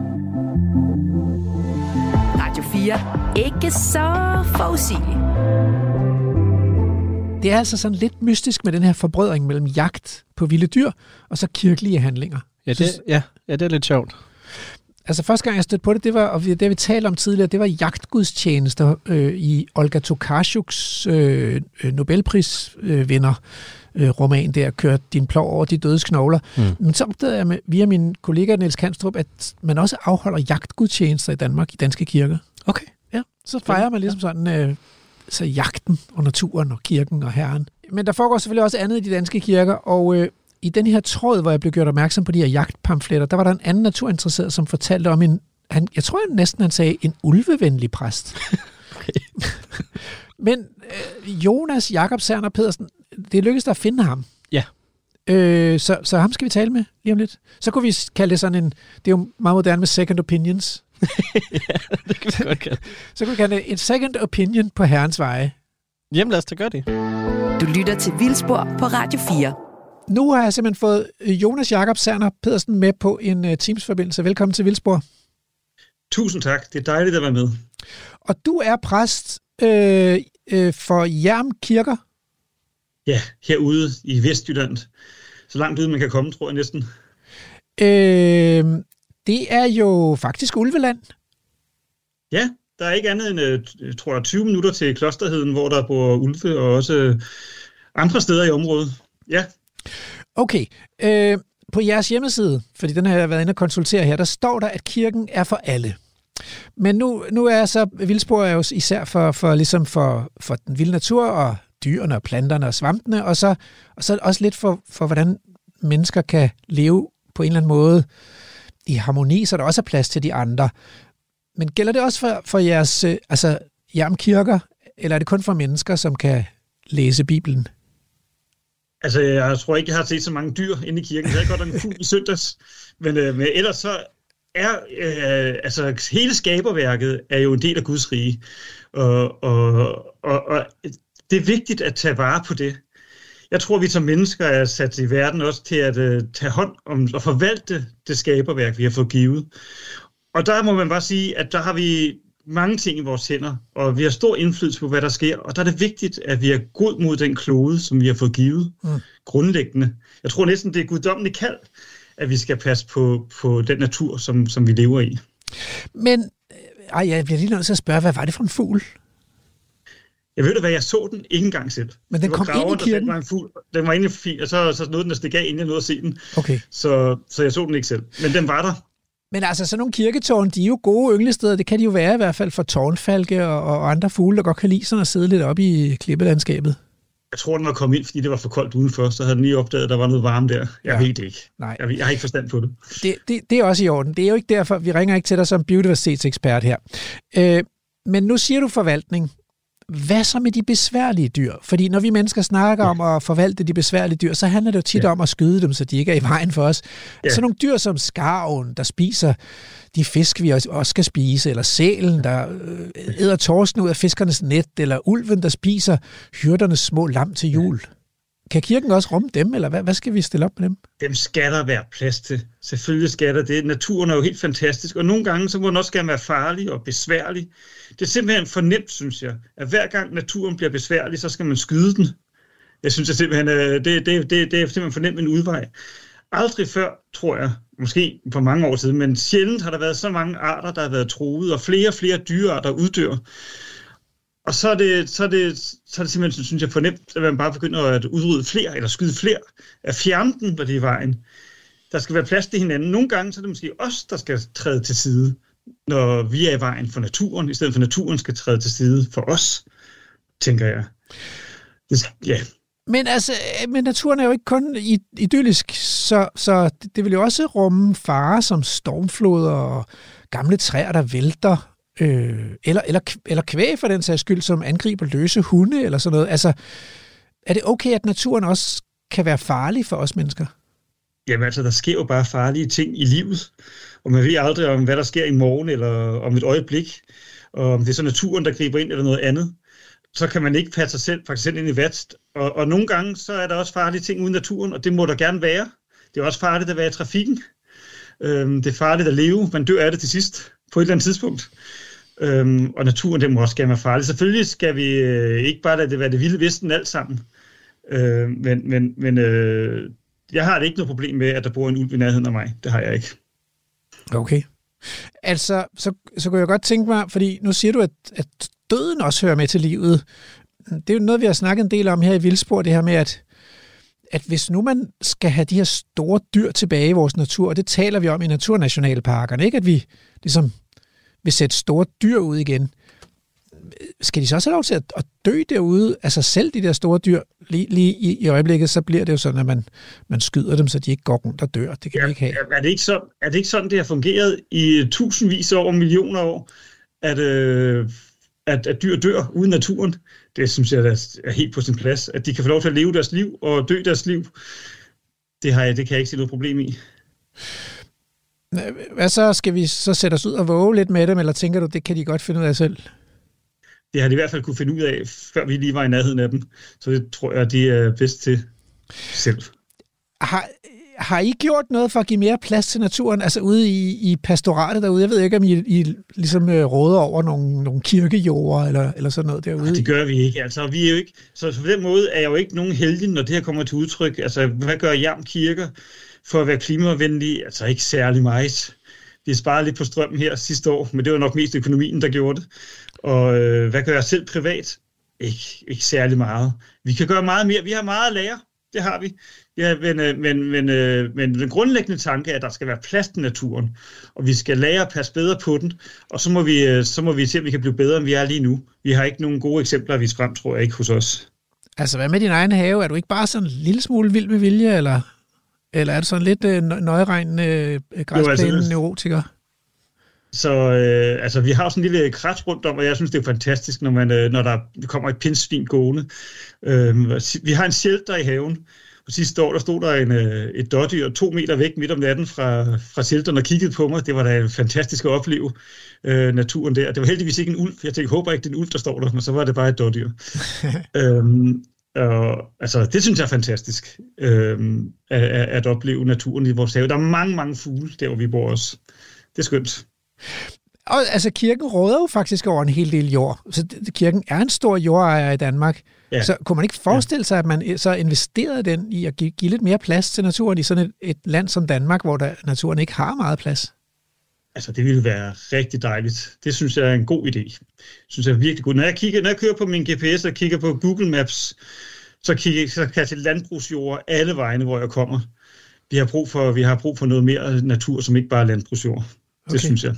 Radio fire. Ikke så forudsigeligt. Det er altså sådan lidt mystisk med den her forbrødring mellem jagt på vilde dyr og så kirkelige handlinger. Ja, det, ja, ja, det er lidt sjovt. Altså første gang jeg stødte på det, det var, og det vi talte om tidligere, det var jagtgudstjenester øh, i Olga Tokarczuks øh, Nobelprisvinder øh, roman der, Kørt din plov over de dødes knogler. Mm. Men så opdagede jeg med, via min kollega Niels Kanstrup, at man også afholder jagtgudstjenester i Danmark i danske kirker. Okay. Ja, så fejrer man ligesom sådan øh, så jagten og naturen og kirken og herren. Men der foregår selvfølgelig også andet i de danske kirker, og øh, i den her tråd, hvor jeg blev gjort opmærksom på de her jagtpamfletter, der var der en anden naturinteresseret, som fortalte om en, han, jeg tror næsten, han sagde, en ulvevenlig præst. Okay. Men øh, Jonas Jakob Serner Pedersen, det lykkedes der at finde ham. Ja. Øh, så, så ham skal vi tale med lige om lidt. Så kunne vi kalde det sådan en, det er jo meget moderne med second opinions. Ja, det kan vi godt kalde. Så kunne vi kalde det en second opinion på herrens veje. Jamen lad os da gøre det. Du lytter til Vildspor på Radio fire. Nu har jeg simpelthen fået Jonas Jakob Serner Pedersen med på en uh, Teams-forbindelse. Velkommen til Vildspor. Tusind tak. Det er dejligt at være med. Og du er præst øh, øh, for Hjerm Kirker. Ja, herude i Vestjylland. Så langt ude man kan komme, tror jeg næsten. Øh, det er jo faktisk Ulveland. Ja, der er ikke andet end, øh, tror jeg, tyve minutter til Klosterheden, hvor der bor ulve og også øh, andre steder i området. Ja. Okay. Øh, på jeres hjemmeside, fordi den har jeg været inde og konsultere her, der står der, at kirken er for alle. Men nu, nu er så Vildspor jo især for, for, ligesom for, for den vilde natur og dyrene og planterne og svampene, og så, og så også lidt for, for, hvordan mennesker kan leve på en eller anden måde i harmoni, så der også er plads til de andre. Men gælder det også for, for jeres altså, Hjerm Kirker, eller er det kun for mennesker, som kan læse Bibelen? Altså, jeg tror ikke, jeg har set så mange dyr inde i kirken. Jeg har godt en fugl i søndags. Men, øh, men ellers så er øh, altså, hele skaberværket er jo en del af Guds rige. Og, og, og, og det er vigtigt at tage vare på det. Jeg tror, vi som mennesker er sat i verden også til at uh, tage hånd om og forvalte det skaberværk, vi har fået givet. Og der må man bare sige, at der har vi mange ting i vores hænder, og vi har stor indflydelse på, hvad der sker. Og der er det vigtigt, at vi er god mod den klode, som vi har fået givet mm. grundlæggende. Jeg tror næsten, det er guddommeligt kald, at vi skal passe på, på den natur, som, som vi lever i. Men ej, jeg bliver lige nødt til at spørge, hvad var det for en fugl? Jeg ved da, hvad jeg så den ikke engang selv. Men den kom graven, ind i kirken? Den var en fugl. Den var inde i, og så, så nåede den at stikke af, inden jeg nåede at se den. Okay. Så, så jeg så den ikke selv. Men den var der. Men altså, sådan nogle kirketårn, de er jo gode ynglesteder. Det kan de jo være i hvert fald for tårnfalke og, og andre fugle, der godt kan lide sådan at sidde lidt oppe i klippelandskabet. Jeg tror, den var kommet ind, fordi det var for koldt udenfor. Så havde den lige opdaget, at der var noget varme der. Jeg ja. ved det ikke. Nej. Jeg, jeg har ikke forstand på det. Det, det. Det er også i orden. Det er jo ikke derfor, vi ringer ikke til dig som biodiversitetsekspert her. Øh, men nu siger du forvaltning. Hvad så med de besværlige dyr? Fordi når vi mennesker snakker ja. om at forvalte de besværlige dyr, så handler det jo tit ja. om at skyde dem, så de ikke er i vejen for os. Ja. Så nogle dyr som skarven, der spiser de fisk, vi også skal spise, eller sælen, der æder torsken ud af fiskernes net, eller ulven, der spiser hyrdernes små lam til jul. Ja. Kan kirken også rumme dem, eller hvad, hvad skal vi stille op med dem? Dem skal der være plads til. Selvfølgelig skal der det. Naturen er jo helt fantastisk, og nogle gange så må den også gerne være farlig og besværlig. Det er simpelthen for nemt, synes jeg, at hver gang naturen bliver besværlig, så skal man skyde den. Jeg synes, at simpelthen, det, det, det, det er simpelthen for nemt en udvej. Aldrig før, tror jeg, måske for mange år siden, men sjældent har der været så mange arter, der har været truet, og flere og flere dyrearter uddør. Og så er, det, så, er det, så er det simpelthen, synes jeg, fornemt, at man bare begynder at udrydde flere, eller skyde flere, at fjerne den, når det er i vejen. Der skal være plads til hinanden. Nogle gange så er det måske os, der skal træde til side, når vi er i vejen for naturen, i stedet for naturen skal træde til side for os, tænker jeg. Det, ja. Men altså, men naturen er jo ikke kun idyllisk, så, så det, det vil jo også rumme farer som stormfloder og gamle træer, der vælter. Øh, eller, eller, eller kvæg for den sags skyld, som angriber løse hunde eller sådan noget. Altså, er det okay, at naturen også kan være farlig for os mennesker? Jamen altså, der sker jo bare farlige ting i livet, og man ved aldrig om, hvad der sker i morgen eller om et øjeblik, og om det er så naturen, der griber ind eller noget andet. Så kan man ikke passe sig selv, faktisk selv ind i vatst. Og, og nogle gange, så er der også farlige ting uden naturen, og det må der gerne være. Det er også farligt at være i trafikken. Øhm, det er farligt at leve. Man dør af det til sidst, på et eller andet tidspunkt. Øhm, og naturen, det må også gerne være farligt. Selvfølgelig skal vi øh, ikke bare lade det være det vilde vesten alt sammen. Øh, men men, men øh, jeg har det ikke noget problem med, at der bor en ulv i nærheden af mig. Det har jeg ikke. Okay. Altså, så, så kunne jeg godt tænke mig, fordi nu siger du, at, at døden også hører med til livet. Det er jo noget, vi har snakket en del om her i Vildspor, det her med, at at hvis nu man skal have de her store dyr tilbage i vores natur, og det taler vi om i naturnationalparkerne, ikke? At vi ligesom vil sætte store dyr ud igen. Skal de så også have lov til at, at dø derude af sig selv, de der store dyr? Lige, lige i, i øjeblikket, så bliver det jo sådan, at man, man skyder dem, så de ikke går rundt og dør. Det kan ja, vi ikke have. Er det ikke, så, er det ikke sådan, det har fungeret i tusindvis af år, millioner år, at, øh, at, at dyr dør uden naturen? Det synes jeg er helt på sin plads. At de kan få lov til at leve deres liv og dø deres liv, det, har jeg, det kan jeg ikke se noget problem i. Hvad så? Skal vi så sætte os ud og våge lidt med dem, eller tænker du, det kan de godt finde ud af selv? Det har de i hvert fald kunne finde ud af, før vi lige var i nærheden af dem. Så det tror jeg, de er bedst til selv. Har, har I gjort noget for at give mere plads til naturen, altså ude i, i pastoratet derude? Jeg ved ikke, om I, I ligesom øh, råder over nogle, nogle kirkejorder eller, eller sådan noget derude? Ja, det gør vi ikke. Altså, vi er jo ikke. Så, så på den måde er jeg jo ikke nogen helgen, når det her kommer til udtryk. Altså, hvad gør Hjerm Kirker for at være klimavenlige? Altså, ikke særlig meget. Vi sparede lidt på strømmen her sidste år, men det var nok mest økonomien, der gjorde det. Og øh, hvad gør jeg selv privat? Ikke, ikke særlig meget. Vi kan gøre meget mere. Vi har meget at lære. Det har vi. Ja, men, øh, men, men, øh, men den grundlæggende tanke er, at der skal være plads til naturen. Og vi skal lære at passe bedre på den. Og så må vi, øh, så må vi se, om vi kan blive bedre, end vi er lige nu. Vi har ikke nogen gode eksempler at vise frem, tror jeg ikke, hos os. Altså, hvad med din egen have? Er du ikke bare sådan en lille smule vild med vilje, eller, eller er du sådan lidt øh, nøjeregnende øh, græsplæne-neurotiker? Så øh, altså, vi har sådan en lille krat rundt om, og jeg synes, det er fantastisk, når, man, øh, når der kommer et pindsvin gående. Øh, vi har en shelter i haven, og sidste år der stod der en, øh, et dårdyr to meter væk midt om natten fra, fra shelteren og kiggede på mig. Det var da fantastisk at opleve øh, naturen der. Det var heldigvis ikke en ulv. Jeg tænkte, jeg håber ikke, det er en ulv, der står der, men så var det bare et dårdyr. øhm, og, altså, det synes jeg er fantastisk, øh, at, at opleve naturen i vores have. Der er mange, mange fugle der, hvor vi bor også. Det er skønt. Og altså, kirken råder jo faktisk over en hel del jord. Så kirken er en stor jordejer i Danmark. Ja. Så kunne man ikke forestille sig, at man så investerede den i at give, give lidt mere plads til naturen i sådan et, et land som Danmark, hvor der, naturen ikke har meget plads? Altså, det ville være rigtig dejligt. Det synes jeg er en god idé. Synes jeg er virkelig godt. Når jeg, kigger, når jeg kører på min G P S og kigger på Google Maps, så, kigger, så kan jeg til landbrugsjord alle vegne, hvor jeg kommer. Vi har brug for, vi har brug for noget mere natur, som ikke bare er landbrugsjord. Det okay. Synes jeg.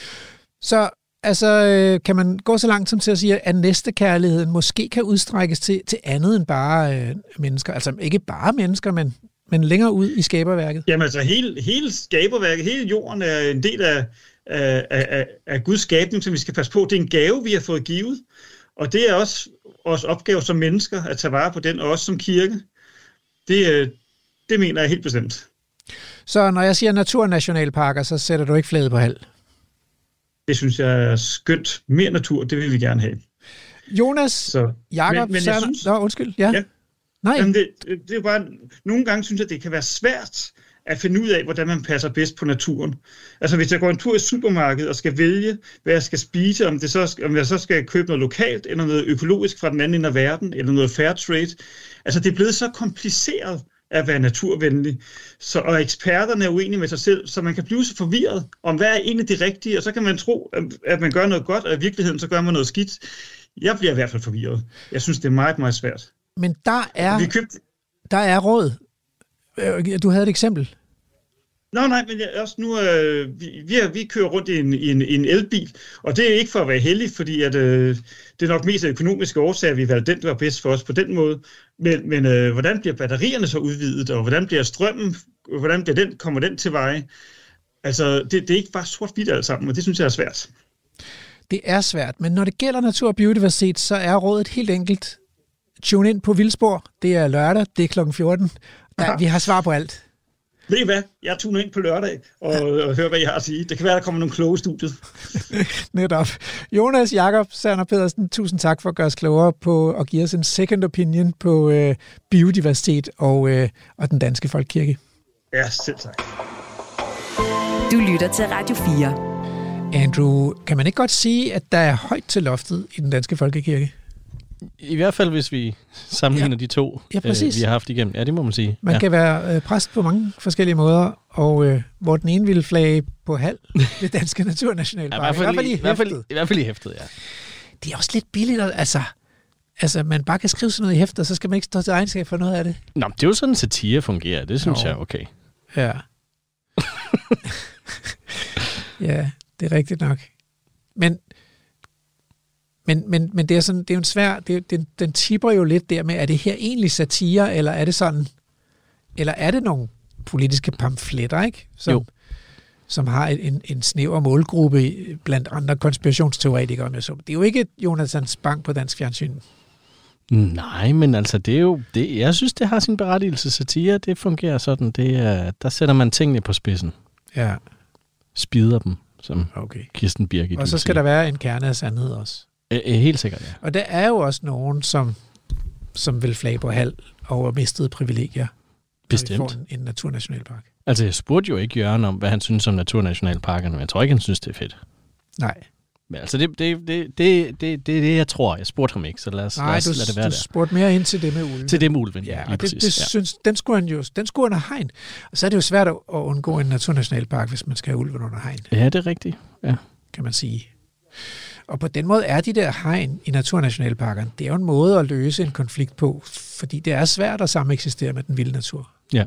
Så altså, kan man gå så langt som til at sige, at næstekærligheden måske kan udstrækkes til, til andet end bare øh, mennesker? Altså ikke bare mennesker, men, men længere ud i skaberværket? Jamen altså, hele, hele skaberværket, hele jorden er en del af, af, af, af Guds skabning, som vi skal passe på. Det er en gave, vi har fået givet, og det er også vores opgave som mennesker at tage vare på den, og også som kirke. Det, det mener jeg helt bestemt. Så når jeg siger naturnationalparker, så sætter du ikke flaget på halv? Det synes jeg er skønt. Mere natur, det vil vi gerne have. Jonas, så. Jakob, men, men jeg synes, Nå, undskyld. Ja. ja. Nej. Jamen det, det er jo bare, nogle gange synes jeg, det kan være svært at finde ud af, hvordan man passer bedst på naturen. Altså hvis jeg går en tur i supermarkedet og skal vælge, hvad jeg skal spise, om, det så, om jeg så skal købe noget lokalt, eller noget økologisk fra den anden ende af verden, eller noget fair trade. Altså det er blevet så kompliceret at være naturvenlig. Så, og eksperterne er uenige med sig selv, så man kan blive så forvirret om, hvad er egentlig det rigtige, og så kan man tro, at man gør noget godt, og i virkeligheden så gør man noget skidt. Jeg bliver i hvert fald forvirret. Jeg synes, det er meget, meget svært. Men der er, Vi købte... der er råd. Du havde et eksempel. Nå, nej, men jeg, også nu, øh, vi, vi, vi kører rundt i en, i, en, i en elbil, og det er ikke for at være heldig, fordi at, øh, det er nok mest af økonomiske årsager, vi valgte den, der var bedst for os på den måde. Men, men øh, hvordan bliver batterierne så udvidet, og hvordan bliver strømmen, hvordan bliver den, kommer den til veje? Altså, det, det er ikke bare sort-hvidt alt sammen, og det synes jeg er svært. Det er svært, men når det gælder natur og biodiversitet, så er rådet helt enkelt. Tune ind på Vildspor. Det er lørdag, det er klokken fjorten. Der, vi har svar på alt. Ved I hvad? Jeg tuner ind på lørdag og, og hører, hvad jeg har at sige. Det kan være, der kommer nogle kloge i studiet. Netop. Jonas, Jakob, Sander Pedersen, tusind tak for at gøre os klogere på at give os en second opinion på øh, biodiversitet og, øh, og den danske folkekirke. Ja, selv tak. Du lytter til Radio fire. Andrew, kan man ikke godt sige, at der er højt til loftet i den danske folkekirke? I hvert fald, hvis vi sammenligner ja. de to, ja, øh, vi har haft igennem. Ja, det må man sige. Man ja. kan være øh, præst på mange forskellige måder, og øh, hvor den ene ville flage på halv det danske naturnationalpark. Ja, i, hvert fald i, i, hvert fald i, i hvert fald i hæftet, ja. Det er også lidt billigt, altså. altså, man bare kan skrive sådan noget i hæfter, så skal man ikke stå til egenskab for noget af det. Nå, det er jo sådan, satire fungerer. Det synes Nå. jeg er okay. Ja. Ja, det er rigtigt nok. Men, men, men, men det er sådan, det er jo en svær, det, den, den tipper jo lidt der med, er det her egentlig satire, eller er det sådan, eller er det nogle politiske pamfletter, ikke? Som, jo. som har en, en snæver målgruppe blandt andre konspirationsteoretikere. Med så. Det er jo ikke Jonathan Spang på dansk fjernsyn. Nej, men altså, det er jo, det, jeg synes, det har sin berettigelse. Satire, det fungerer sådan, det er, der sætter man tingene på spidsen. Ja. Spider dem, som okay. Kirsten Birgit. Og så skal sige. Der være en kerne af sandhed også. Æ, helt sikkert, ja. Og der er jo også nogen, som, som vil flage på halv over mistede privilegier. Bestemt. Når vi får en, en naturnationalpark. Altså, jeg spurgte jo ikke Jørgen om, hvad han synes om naturnationalparkerne, men jeg tror ikke, han synes, det er fedt. Nej. Men altså, det er det, det, det, det, det, det, jeg tror. Jeg spurgte ham ikke, så lad os, Nej, lad os du, lade det være du der. spurgte mere ind til det med ulven. Til det med ulven, ja. Lige Og det, det ja. synes, den skulle han jo, den skulle under hegn. Og så er det jo svært at undgå en naturnationalpark, hvis man skal have ulven under hegn. Ja, det er rigtigt, ja. Kan man sige. Og på den måde er de der hegn i naturnationalparkerne, det er jo en måde at løse en konflikt på, fordi det er svært at sameksistere med den vilde natur. Ja.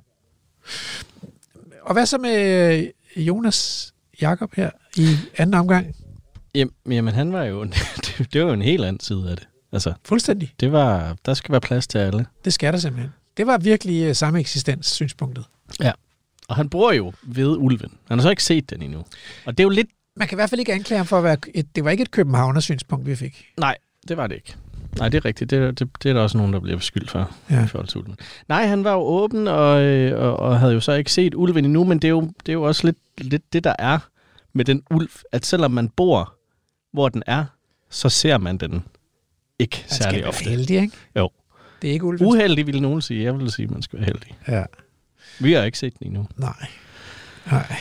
Og hvad så med Jonas Jakob her i anden omgang? Jamen, han var jo, det, det var jo en helt anden side af det. Altså, fuldstændig. Det var, der skal være plads til alle. Det skal der simpelthen. Det var virkelig uh, samme eksistens-synspunktet. Ja, og han bor jo ved ulven. Han har så ikke set den endnu. Og det er jo lidt... Man kan i hvert fald ikke anklage ham for at være... Et, det var ikke et københavner-synspunkt, vi fik. Nej, det var det ikke. Nej, det er rigtigt. Det, det, det er der også nogen, der bliver beskyldt for. Ja. I forhold til ulven. Nej, han var jo åben og, og, og havde jo så ikke set ulven endnu, men det er jo, det er jo også lidt, lidt det, der er med den ulv, at selvom man bor, hvor den er, så ser man den ikke man særlig ofte. Man skal være heldig, ikke? Jo. Det er ikke ulven. Uheldig, ville nogen sige. Jeg ville sige, at man skal være heldig. Ja. Vi har ikke set den endnu. Nej. Nej.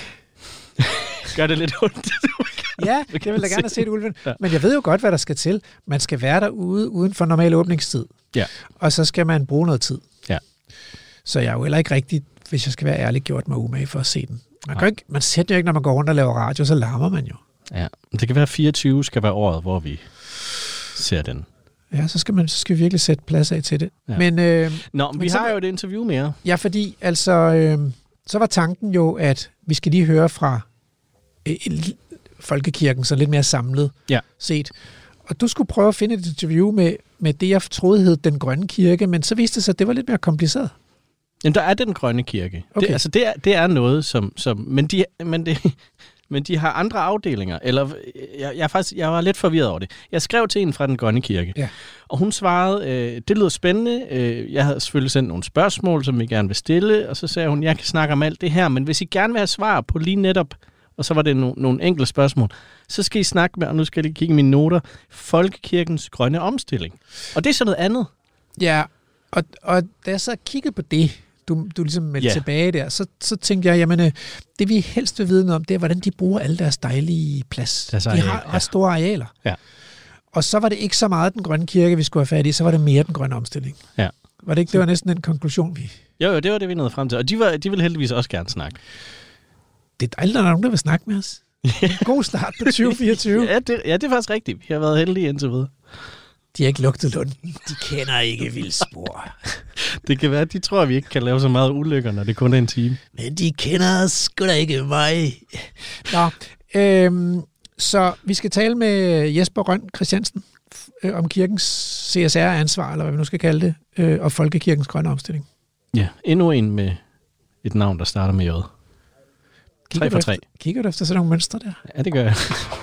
Gør det lidt ondt? Ja, det vil jeg gerne have set ulven. Ja. Men jeg ved jo godt, hvad der skal til. Man skal være derude uden for normal åbningstid. Ja. Og så skal man bruge noget tid. Ja. Så jeg er jo heller ikke rigtig, hvis jeg skal være ærlig, gjort mig umage for at se den. Man, kan ikke, man sætter jo ikke, når man går rundt og laver radio, så larmer man jo. Ja, det kan være fireogtyve skal være året, hvor vi ser den. Ja, så skal man så skal vi virkelig sætte plads af til det. Ja. Men, øh, Nå, men vi så, har jo et interview mere. Ja, fordi altså, øh, så var tanken jo, at vi skal lige høre fra øh, folkekirken, så lidt mere samlet ja. set. Og du skulle prøve at finde et interview med, med det, jeg troede hed Den Grønne Kirke, men så viste det sig, at det var lidt mere kompliceret. Jamen, der er Den Grønne Kirke. Okay. Det, altså, det er, det er noget, som... som men, de, men, det, men de har andre afdelinger. Eller, jeg, jeg, faktisk, jeg var lidt forvirret over det. Jeg skrev til en fra Den Grønne Kirke, ja. og hun svarede, øh, det lyder spændende. Øh, jeg havde selvfølgelig sendt nogle spørgsmål, som vi gerne vil stille, og så sagde hun, jeg kan snakke om alt det her, men hvis I gerne vil have svar på lige netop, og så var det no, nogle enkelte spørgsmål, så skal I snakke med, og nu skal jeg lige kigge i mine noter, Folkekirkens Grønne Omstilling. Og det er sådan noget andet. Ja, og, og da jeg så kiggede på det, du, du ligesom meldte ja. tilbage der, så, så tænkte jeg, jamen, det vi helst vil vide noget om, det er, hvordan de bruger alle deres dejlige plads. Deres de areal, har ja. ret store arealer. Ja. Og så var det ikke så meget Den Grønne Kirke, vi skulle have fat i, så var det mere Den Grønne Omstilling. Ja. Var det ikke? Det var næsten den konklusion, vi... Jo, jo, det var det, vi nåede frem til. Og de, var, de ville heldigvis også gerne snakke. Det er dejligt, at der er nogen, der vil snakke med os. God start på tyve fireogtyve. ja, det, ja, det er faktisk rigtigt. Vi har været heldige indtil videre. De har ikke lugtet lunden. De kender ikke vildspor. Det kan være, at de tror, at vi ikke kan lave så meget ulykker, når det kun er en time. Men de kender sgu da ikke mig. Nå, øhm, så vi skal tale med Jesper Rønn Christiansen øh, om kirkens C S R-ansvar, eller hvad vi nu skal kalde det, øh, og Folkekirkens Grønne Omstilling. Ja, endnu en med et navn, der starter med J. tre for tre. Kigger du efter sådan nogle mønstre der? Ja, det gør jeg.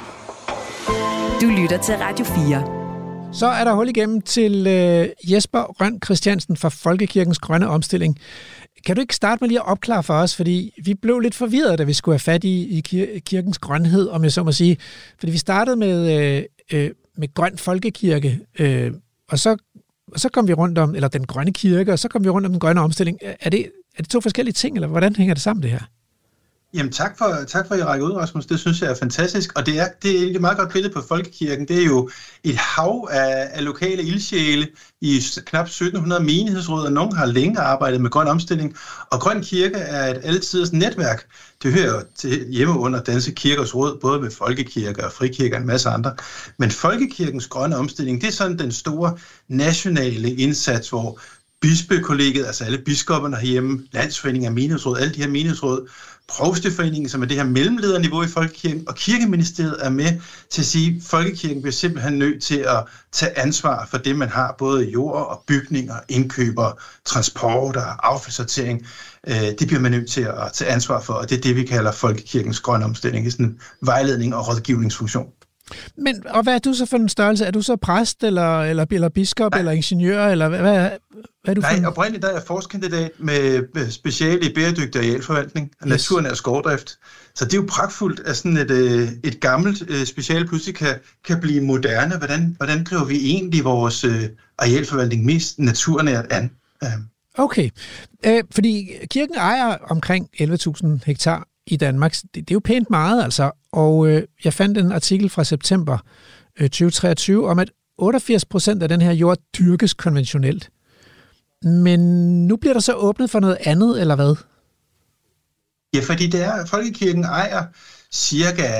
Du lytter til Radio fire. Så er der hul igennem til øh, Jesper Rønn Christiansen fra Folkekirkens Grønne Omstilling. Kan du ikke starte med lige at opklare for os, fordi vi blev lidt forvirrede, da vi skulle have fat i, i kir- kirkens grønhed, om jeg så må sige. Fordi vi startede med, øh, øh, med Grøn Folkekirke, øh, og, så, og så kom vi rundt om, eller den grønne kirke, og så kom vi rundt om den grønne omstilling. Er det, er det to forskellige ting, eller hvordan hænger det sammen, det her? Jamen tak for, tak for at I rækker ud, Rasmus. Det synes jeg er fantastisk. Og det er, det er egentlig et meget godt billede på folkekirken. Det er jo et hav af, af lokale ildsjæle i knap sytten hundrede menighedsråd, og nogen har længe arbejdet med grøn omstilling. Og Grøn Kirke er et altiders netværk. Det hører jo til hjemme under Danske Kirkers Råd, både med folkekirker og frikirker og en masse andre. Men folkekirkens grønne omstilling, det er sådan den store nationale indsats, hvor bispekollegiet, altså alle biskopperne herhjemme, landsforeningen af menighedsråd, alle de her menighedsråd, Provsteforeningen, som er det her mellemlederniveau i folkekirken, og kirkeministeriet er med til at sige, at folkekirken bliver simpelthen nødt til at tage ansvar for det, man har, både jord og bygninger, indkøber, transport og affaldssortering. Det bliver man nødt til at tage ansvar for, og det er det, vi kalder folkekirkens grønne omstilling. Det er sådan en vejledning og rådgivningsfunktion. Men, og hvad er du så for en størrelse? Er du så præst, eller, eller, eller biskop, Nej. eller ingeniør, eller hvad, hvad, hvad er du for? Nej, oprindeligt der er jeg forskerkandidat med speciale i bæredygtig arealforvaltning og yes. naturnær skovdrift. Så det er jo pragtfuldt, at sådan et, et gammelt speciale pludselig kan, kan blive moderne. Hvordan, hvordan griber vi egentlig vores arealforvaltning mest naturnært an? Okay, øh, fordi kirken ejer omkring elleve tusind hektar i Danmark. Det, det er jo pænt meget, altså. Og øh, jeg fandt en artikel fra september øh, tyve treogtyve om, at otteogfirs procent af den her jord dyrkes konventionelt. Men nu bliver der så åbnet for noget andet, eller hvad? Ja, fordi det er, folkekirken ejer cirka,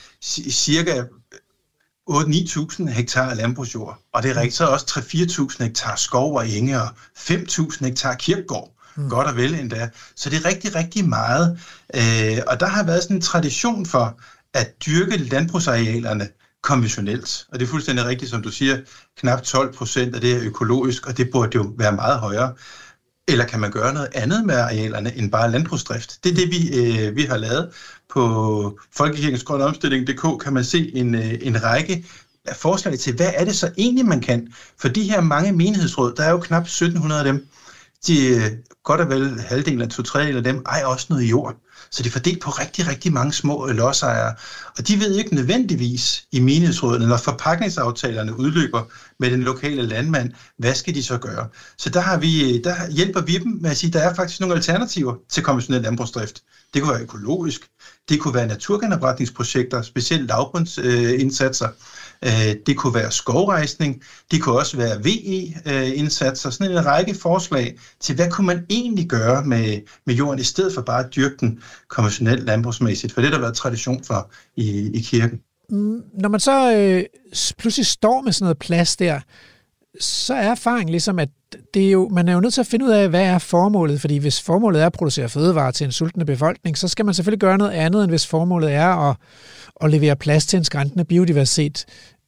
cirka otte til ni tusind hektar landbrugsjord. Og det er rigtigt, så også tre til fire tusind hektar skov og enge og fem tusind hektar kirkegård. Mm. Godt og vel endda. Så det er rigtig, rigtig meget. Øh, og der har været sådan en tradition for at dyrke landbrugsarealerne konventionelt. Og det er fuldstændig rigtigt, som du siger, knap tolv procent af det er økologisk, og det burde jo være meget højere. Eller kan man gøre noget andet med arealerne end bare landbrugsdrift? Det er det, vi, øh, vi har lavet. På Folkekirkens Grønne Omstilling punktum d k kan man se en, øh, en række af forslag til, hvad er det så egentlig, man kan? For de her mange menighedsråd, der er jo knap sytten hundrede af dem, de godt og vel halvdelen af to tredjedel af dem ejer også noget jord. Så de er fordelt på rigtig, rigtig mange små lodsejere. Og de ved ikke nødvendigvis i menighedsrådene, når forpakningsaftalerne udløber med den lokale landmand, hvad skal de så gøre? Så der, har vi, der hjælper vi dem med at sige, at der er faktisk nogle alternativer til konventionel landbrugsdrift. Det kunne være økologisk, det kunne være naturgenopretningsprojekter, specielt lavbundsindsatser. Det kunne være skovrejsning, det kunne også være V E-indsatser, sådan en række forslag til, hvad kunne man egentlig gøre med, med jorden, i stedet for bare at dyrke den konventionelt landbrugsmæssigt, for det der har været tradition for i, i kirken. Når man så øh, pludselig står med sådan noget plads der, så er erfaringen ligesom, at det er jo, man er jo nødt til at finde ud af, hvad er formålet, fordi hvis formålet er at producere fødevarer til en sultende befolkning, så skal man selvfølgelig gøre noget andet, end hvis formålet er at, at levere plads til en skrantende biodiversitet.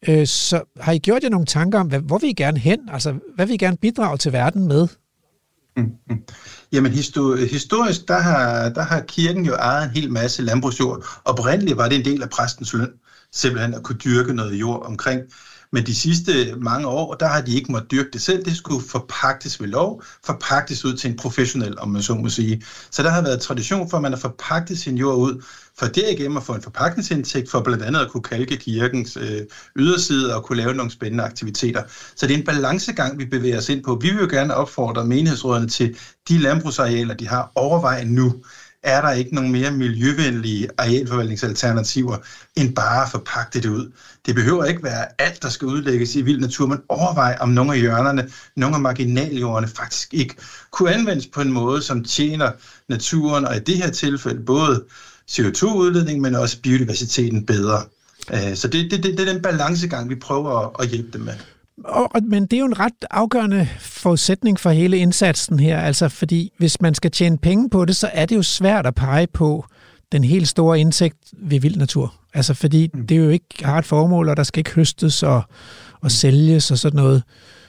Så har I gjort jer nogle tanker om, hvor vil I gerne hen? Altså, hvad vil I gerne bidrage til verden med? Mm-hmm. Jamen historisk, der har, der har kirken jo ejet en hel masse landbrugsjord. Oprindeligt var det en del af præstens løn, simpelthen at kunne dyrke noget jord omkring. Men de sidste mange år, der har de ikke måttet dyrke det selv. Det skulle forpagtes ved lov, forpagtes ud til en professionel, om man så må sige. Så der har været tradition for, at man har forpagtet sin jord ud, for derigennem at få en forpagtningsindtægt for blandt andet at kunne kalke kirkens øh, yderside og kunne lave nogle spændende aktiviteter. Så det er en balancegang, vi bevæger os ind på. Vi vil jo gerne opfordre menighedsrådene til de landbrugsarealer, de har overvejet nu. Er der ikke nogen mere miljøvenlige arealforvaltningsalternativer, end bare at forpagte det ud? Det behøver ikke være alt, der skal udlægges i vild natur, men overvej om nogle af hjørnerne, nogle af marginaljordene faktisk ikke kunne anvendes på en måde, som tjener naturen, og i det her tilfælde både C O to udledning, men også biodiversiteten bedre. Så det, det, det er den balancegang, vi prøver at hjælpe dem med. Og, men det er jo en ret afgørende forudsætning for hele indsatsen her, altså fordi hvis man skal tjene penge på det, så er det jo svært at pege på den helt store indtægt ved vild natur. Altså fordi mm. det jo ikke har et formål, og der skal ikke høstes og, og sælges og sådan noget.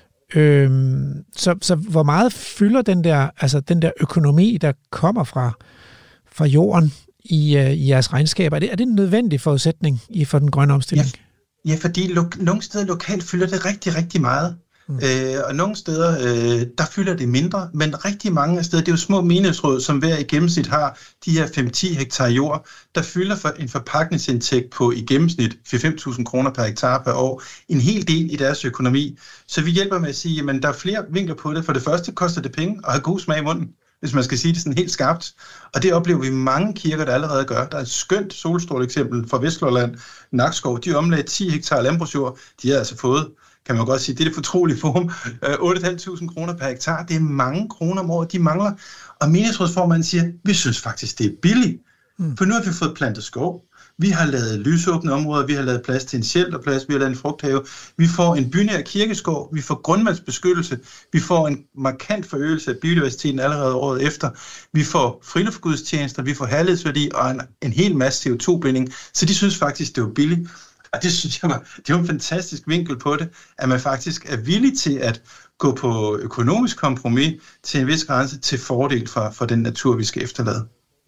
Øhm, så, så hvor meget fylder den der, altså den der økonomi, der kommer fra, fra jorden i, uh, i jeres regnskaber? Er det, er det en nødvendig forudsætning i for den grønne omstilling? Ja. Ja, fordi lo- nogle steder lokalt fylder det rigtig, rigtig meget. Mm. Øh, og nogle steder, øh, der fylder det mindre. Men rigtig mange steder, det er jo små menighedsråd, som hver i gennemsnit har de her fem til ti hektar jord, der fylder for en forpagtningsindtægt på i gennemsnit fire til fem tusind kroner per hektar per år. En hel del i deres økonomi. Så vi hjælper med at sige, at der er flere vinkler på det. For det første koster det penge at have god smag i munden. hvis man skal sige det sådan helt skarpt. Og det oplever vi mange kirker, der allerede gør. Der er et skønt solstråle eksempel fra Vestlolland, Nakskov. De omlagde ti hektar landbrugsjord. De har altså fået, kan man godt sige, det er det fortrolige forum, otte tusind fem hundrede kroner per hektar. Det er mange kroner om året, de mangler. Og menighedsrådsformanden siger, vi synes faktisk, det er billigt. Mm. For nu har vi fået plantet skov. Vi har lavet lysåbne områder, vi har lavet plads til en shelterplads, vi har lavet en frugthave. Vi får en bynær kirkeskov, vi får grundvandsbeskyttelse, vi får en markant forøgelse af biodiversiteten allerede året efter. Vi får friluftsgudstjenester, vi får herlighedsværdi og en, en hel masse C O to binding. Så de synes faktisk, det var billigt. Og det synes jeg var, det var en fantastisk vinkel på det, at man faktisk er villig til at gå på økonomisk kompromis til en vis grænse til fordel for, for den natur, vi skal efterlade.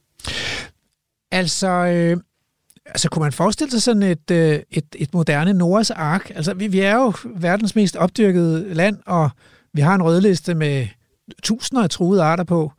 Altså... Øh Altså, kunne man forestille sig sådan et, et, et moderne Noahs ark? Altså, vi, vi er jo verdens mest opdyrkede land, og vi har en rødliste med tusinder af truede arter på.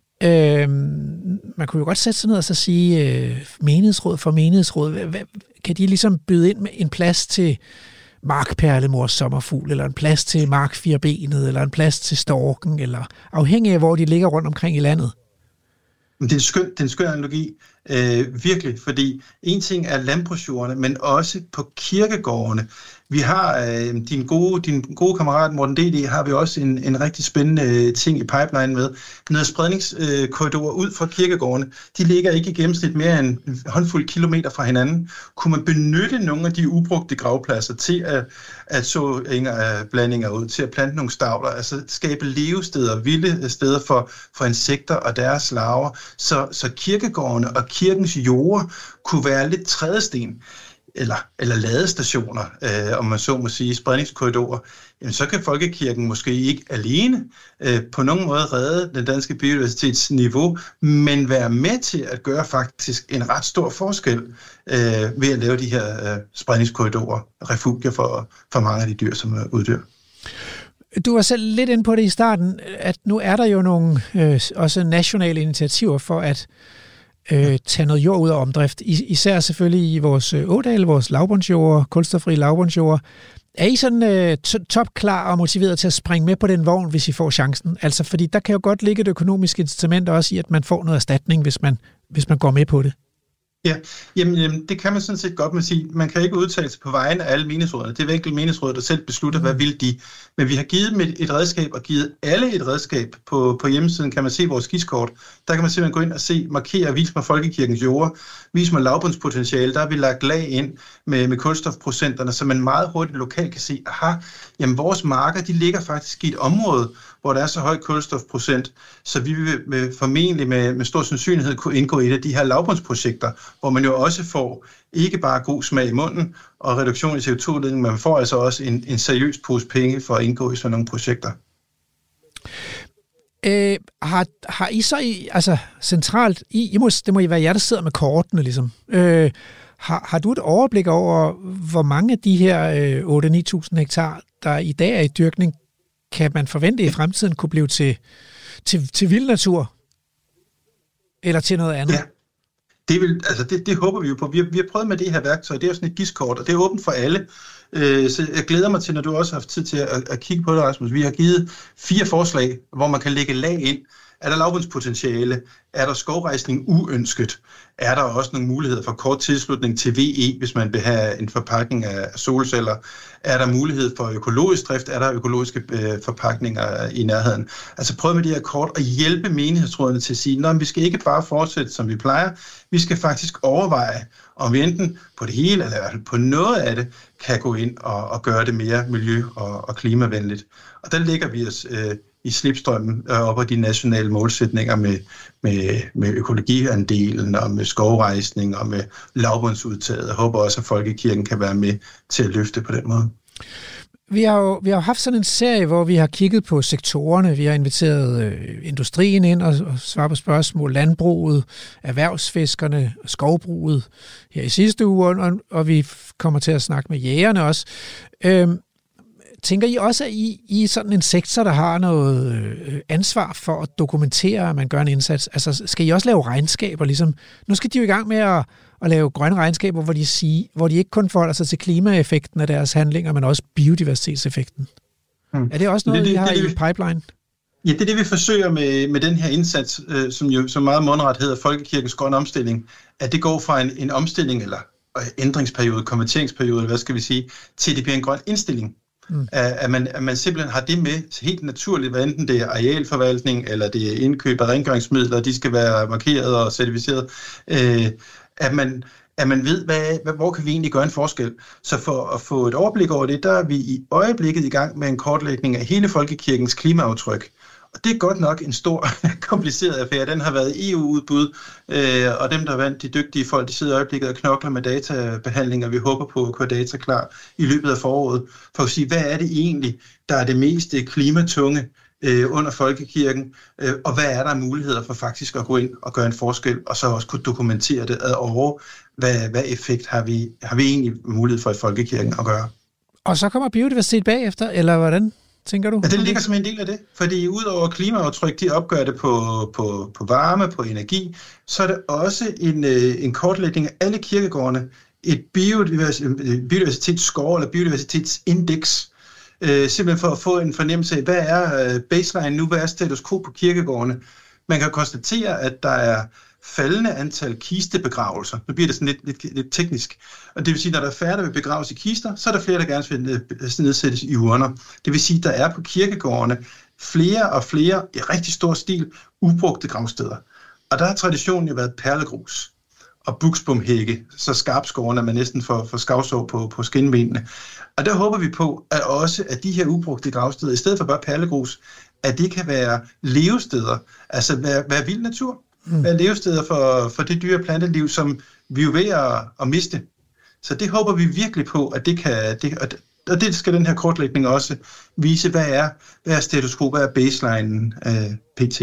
Øhm, man kunne jo godt sætte sig ned og så sige, øh, menighedsråd for menighedsråd, hvad, hvad, kan de ligesom byde ind med en plads til markperlemors sommerfugl, eller en plads til markfirbenet, eller en plads til storken, eller afhængig af, hvor de ligger rundt omkring i landet? Det er en skøn, det er en skøn analogi, øh, virkelig, fordi en ting er landbrugsjordene, men også på kirkegårdene. Vi har øh, din, gode, din gode kammerat Morten D D, har vi også en, en rigtig spændende ting i pipeline med. Noget spredningskorridorer ud fra kirkegårdene, de ligger ikke i gennemsnit mere end en håndfuld kilometer fra hinanden. Kunne man benytte nogle af de ubrugte gravpladser til at, at så blandinger ud, til at plante nogle stavler, altså skabe levesteder, vilde steder for, for insekter og deres larver, så, så kirkegårdene og kirkens jorder kunne være lidt trædesten. Eller, eller ladestationer, øh, om man så må sige, spredningskorridorer, jamen så kan folkekirken måske ikke alene øh, på nogen måde redde den danske biodiversitetsniveau, men være med til at gøre faktisk en ret stor forskel øh, ved at lave de her øh, spredningskorridorer, refugier for, for mange af de dyr, som uddør. Du var selv lidt inde på det i starten, at nu er der jo nogle øh, også nationale initiativer for at Øh, tage noget jord ud af omdrift. I, især selvfølgelig i vores øh, ådale, vores lavbundsjord, kulstofrige lavbundsjord. Er I sådan øh, topklar og motiveret til at springe med på den vogn, hvis I får chancen? Altså, fordi der kan jo godt ligge et økonomisk incitament også i, at man får noget erstatning, hvis man, hvis man går med på det. Ja, jamen, jamen det kan man sådan set godt med sige. Man kan ikke udtale sig på vegne af alle menighedsrådene. Det er virkelig menighedsrådet, der selv beslutter, hvad vil de. Men vi har givet dem et, et redskab, og givet alle et redskab. På, på hjemmesiden kan man se vores skidskort. Der kan man simpelthen gå ind og se, markere og vise mig folkekirkens jorder. Vise mig lavbundspotentiale. Der har vi lagt lag ind med, med kulstofprocenterne, så man meget hurtigt lokalt kan se, aha, jamen vores marker, de ligger faktisk i et område, hvor der er så høj kulstofprocent, så vi vil med, formentlig med, med stor sandsynlighed kunne indgå i et af de her lavbundsprojekter, hvor man jo også får ikke bare god smag i munden og reduktion i C O to udledning, men man får altså også en, en seriøs pose penge for at indgå i sådan nogle projekter. Øh, har, har I så i, altså centralt, I, I må, det må I være jer, der sidder med kortene ligesom, øh, har, har du et overblik over, hvor mange af de her øh, otte til ni tusind hektar, der i dag er i dyrkning, kan man forvente i fremtiden kunne blive til, til, til vild natur? Eller til noget andet? Ja, det, vil, altså det, det håber vi jo på. Vi har, vi har prøvet med det her værktøj, det er jo sådan et giskort, og det er åbent for alle. Øh, så jeg glæder mig til, når du også har haft tid til at, at kigge på det, Rasmus. Vi har givet fire forslag, hvor man kan lægge lag ind. Er der lavbundspotentiale? Er der skovrejsning uønsket? Er der også nogle muligheder for kort tilslutning til V E, hvis man vil have en forpakning af solceller? Er der mulighed for økologisk drift? Er der økologiske øh, forpakninger i nærheden? Altså prøv med de her kort at hjælpe menighedsrådene til at sige, at vi skal ikke bare fortsætte, som vi plejer. Vi skal faktisk overveje, om vi enten på det hele, eller på noget af det, kan gå ind og, og gøre det mere miljø- og, og klimavenligt. Og der ligger vi os øh, i slipstrømmen øh, op ad de nationale målsætninger med, med, med økologiandelen og med skovrejsning og med lavbundsudtaget. Jeg håber også, at folkekirken kan være med til at løfte på den måde. Vi har jo vi har haft sådan en serie, hvor vi har kigget på sektorerne. Vi har inviteret øh, industrien ind og, og svaret på spørgsmål. Landbruget, erhvervsfiskerne, skovbruget her i sidste uge, og, og vi kommer til at snakke med jægerne også. Øhm, Tænker I også, at I, I er sådan en sektor, der har noget øh, ansvar for at dokumentere, at man gør en indsats? Altså, skal I også lave regnskaber? Ligesom? Nu skal de jo i gang med at, at lave grønne regnskaber, hvor de, siger, hvor de ikke kun forholder sig til klimaeffekten af deres handlinger, men også biodiversitetseffekten. Hmm. Er det også noget, det, det, I har det, det, i pipeline? Ja, det er det, vi forsøger med, med den her indsats, øh, som jo som meget mundret hedder Folkekirkens grønne omstilling, at det går fra en, en omstilling, eller ændringsperiode, konverteringsperiode, hvad skal vi sige, til det bliver en grøn indstilling. Mm. At, at, man, at man simpelthen har det med helt naturligt, hvad enten det er arealforvaltning, eller det er indkøb af rengøringsmidler, de skal være markeret og certificeret, øh, at man... at man ved, hvad, hvad, hvor kan vi egentlig gøre en forskel. Så for at få et overblik over det, der er vi i øjeblikket i gang med en kortlægning af hele folkekirkens klimaaftryk. Og det er godt nok en stor, kompliceret affære. Den har været E U-udbud, øh, og dem, der vandt, de dygtige folk, de sidder i øjeblikket og knokler med databehandling, og vi håber på at køre data klar i løbet af foråret, for at sige, hvad er det egentlig, der er det mest klimatunge øh, under folkekirken, øh, og hvad er der muligheder for faktisk at gå ind og gøre en forskel, og så også kunne dokumentere det ad over, hvad, hvad effekt har vi, har vi egentlig mulighed for i folkekirken at gøre. Og så kommer biodiversitet bagefter, eller hvordan tænker du? Ja, det ligger som en del af det, fordi udover klimaaftryk, de opgør det på, på, på varme, på energi, så er det også en, en kortlægning af alle kirkegårdene, et biodivers, biodiversitetsscore eller biodiversitetsindeks, øh, simpelthen for at få en fornemmelse af, hvad er baseline nu, hvad er status quo på kirkegårdene. Man kan konstatere, at der er faldende antal kistebegravelser. Nu bliver det sådan lidt, lidt, lidt teknisk. Og det vil sige, at når der er færre, der vil begraves i kister, så er der flere, der gerne vil nedsættes i urner. Det vil sige, at der er på kirkegårdene flere og flere i rigtig stor stil ubrugte gravsteder. Og der har traditionen jo været perlegrus og buksbomhække, så skarpskåren, at man næsten får, får skavsår på, på skinbenene. Og der håber vi på, at også at de her ubrugte gravsteder, i stedet for bare perlegrus, at det kan være levesteder, altså være, være vild natur. Mm. Være levesteder for, for det dyre planteliv, som vi er ved at, at miste. Så det håber vi virkelig på, at det kan, det, og det skal den her kortlægning også vise, hvad er, hvad er status quo, hvad er baselinen øh, pt.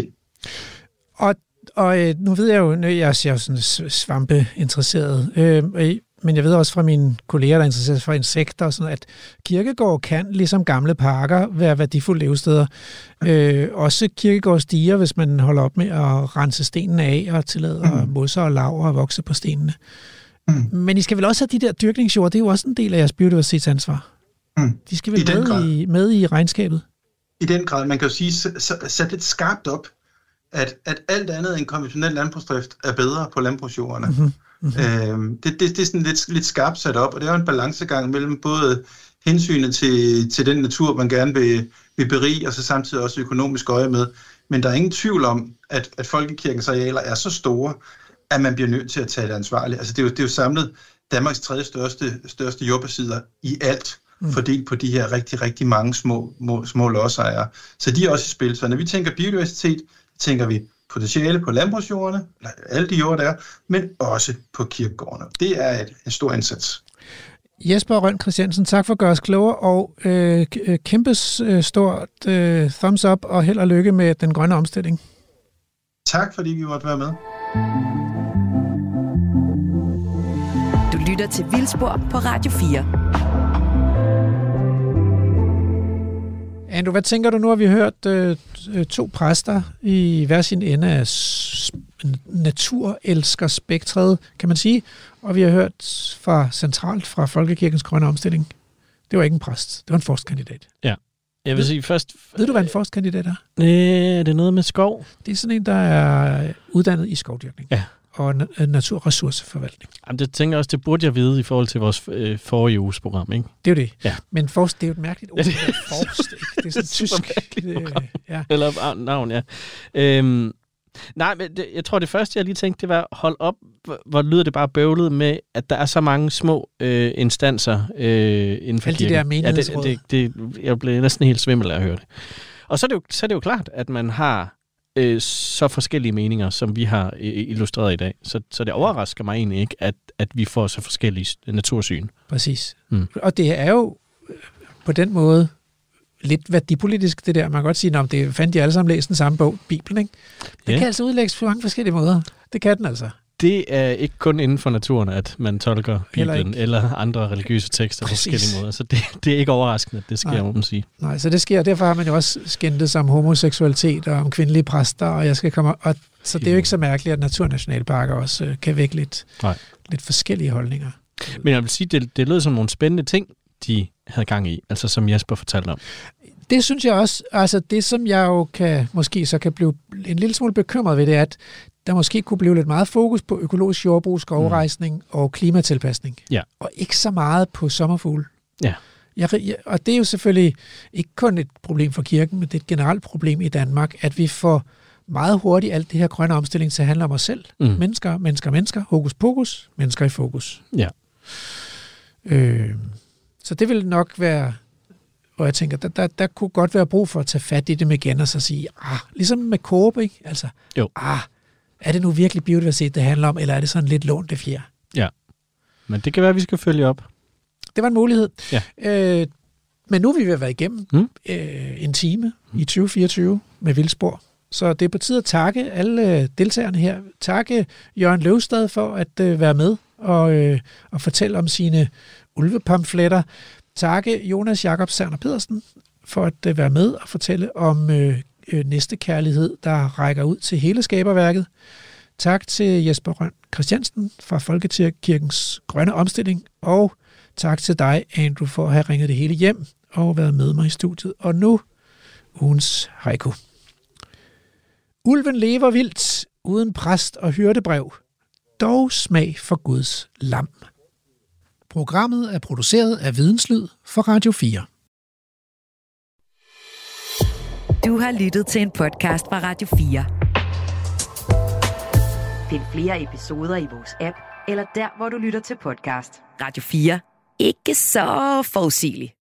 Og, og nu ved jeg jo, jeg er jo sådan svampeinteresseret, øh, men jeg ved også fra mine kolleger, der er interesseret for insekter og sådan noget, at kirkegård kan, ligesom gamle parker, være værdifulde levesteder. Øh, også kirkegårdsdiger, hvis man holder op med at rense stenene af og tillader mm. mosser og laver at vokse på stenene. Mm. Men I skal vel også have de der dyrkningsjord, det er jo også en del af jeres biodiversitetsansvar. Mm. De skal vel I med, i, med i regnskabet? I den grad. Man kan jo sige, sæt lidt skarpt op, at, at alt andet end konventionel landbrugsdrift er bedre på landbrugsjorderne. Mm-hmm. Mm-hmm. Øhm, det, det, det er sådan lidt, lidt skarpt sat op, og det er jo en balancegang mellem både hensynet til, til den natur, man gerne vil, vil berige, og så samtidig også økonomisk øje med. Men der er ingen tvivl om, at, at folkekirkens arealer er så store, at man bliver nødt til at tage det ansvarligt. Altså det er jo, det er jo samlet Danmarks tredje største, største jordbesidder i alt, mm. fordelt på de her rigtig, rigtig mange små, små, små lodsejere. Så de er også i spil. Så når vi tænker biodiversitet, tænker vi potentiale på landbrugsjordene, alle de jord, der er, men også på kirkegårdene. Det er et, en stor indsats. Jesper Rønn Christiansen, tak for at gøre os klogere, og øh, kæmpe øh, stort øh, thumbs up, og held og lykke med den grønne omstilling. Tak, fordi vi måtte være med. Du lytter til Vildspor på Radio fire. Andrew, hvad tænker du nu, at vi har hørt øh, to præster i hver sin ende af naturelskerspektret, kan man sige, og vi har hørt fra centralt fra Folkekirkens grønne omstilling. Det var ikke en præst, det var en forskkandidat. Ja, jeg vil sige først... Ved du, hvad en forskkandidat er? Øh, det er noget med skov. Det er sådan en, der er uddannet i skovdyrkning. Ja. Og na- naturressourceforvaltning. Jamen, det tænker jeg også, det burde jeg vide i forhold til vores øh, forrige uges program, ikke? Det er jo det. Ja. Men forst, det er jo et mærkeligt ord. Ja, det er forst, ikke? Det er sådan tysk. Øh, ja. Eller navn, ja. Øhm, nej, men det, jeg tror, det første, jeg lige tænkte, det var, hold op, hvor, hvor lyder det bare bøvlet med, at der er så mange små øh, instanser øh, inden for alle de der menighedsråd. Ja, det, det, det, jeg blev næsten helt svimmel af at høre det. Og så er det jo, så er det jo klart, at man har så forskellige meninger, som vi har illustreret i dag. Så, så det overrasker mig egentlig ikke, at, at vi får så forskellige natursyn. Præcis. Mm. Og det er jo på den måde lidt værdipolitisk, det der. Man kan godt sige, at det fandt de alle sammen læst den samme bog, Bibelen, ikke? Det ja. Kan altså udlægges på mange forskellige måder. Det kan den altså. Det er ikke kun inden for naturen, at man tolker Bibelen eller, eller andre religiøse tekster på forskellige måder. Så det, det er ikke overraskende, at det sker, må man sige. Nej, så det sker. Derfor har man jo også skændtes om homoseksualitet og om kvindelige præster, og jeg skal komme... Og, så det er jo ikke så mærkeligt, at naturnationalparker også øh, kan vække lidt, lidt forskellige holdninger. Men jeg vil sige, det, det lød som nogle spændende ting, de havde gang i, altså som Jesper fortalte om. Det synes jeg også, altså det som jeg jo kan, måske så kan blive en lille smule bekymret ved, det er, at der måske kunne blive lidt meget fokus på økologisk jordbrug, skovrejsning mm. og klimatilpasning. Ja. Og ikke så meget på sommerfugle. Ja. Jeg, jeg, og det er jo selvfølgelig ikke kun et problem for kirken, men det er et generelt problem i Danmark, at vi får meget hurtigt alt det her grønne omstilling til at handle om os selv. Mm. Mennesker, mennesker, mennesker, hokus pokus, mennesker i fokus. Ja. Øh, så det vil nok være, hvor jeg tænker, der, der, der kunne godt være brug for at tage fat i det igen og så sige, ah, ligesom med Coop, ikke? Altså, jo. ah, er det nu virkelig biodiversitet, det handler om, eller er det sådan lidt lånt det fjer? Ja, men det kan være, at vi skal følge op. Det var en mulighed. Ja. Øh, men nu er vi ved at være igennem mm. øh, en time mm. i tyve fireogtyve med Vildspor. Så det er på tide at takke alle deltagerne her. Takke Jørgen Løvstad for at øh, være med og, øh, og fortælle om sine ulvepamfletter. Takke Jonas Jakob Serner Pedersen for at øh, være med og fortælle om øh, øh, næste kærlighed, der rækker ud til hele skaberværket. Tak til Jesper Røn Christiansen fra Folkekirkens Grønne Omstilling, og tak til dig, Andrew, for at have ringet det hele hjem og været med mig i studiet. Og nu ugens haiku. Ulven lever vildt, uden præst og hyrdebrev, dog smag for Guds lam. Programmet er produceret af Videnslyd for Radio fire. Du har lyttet til en podcast fra Radio fire. Find flere episoder i vores app, eller der, hvor du lytter til podcast. Radio fire. Ikke så forudsigeligt.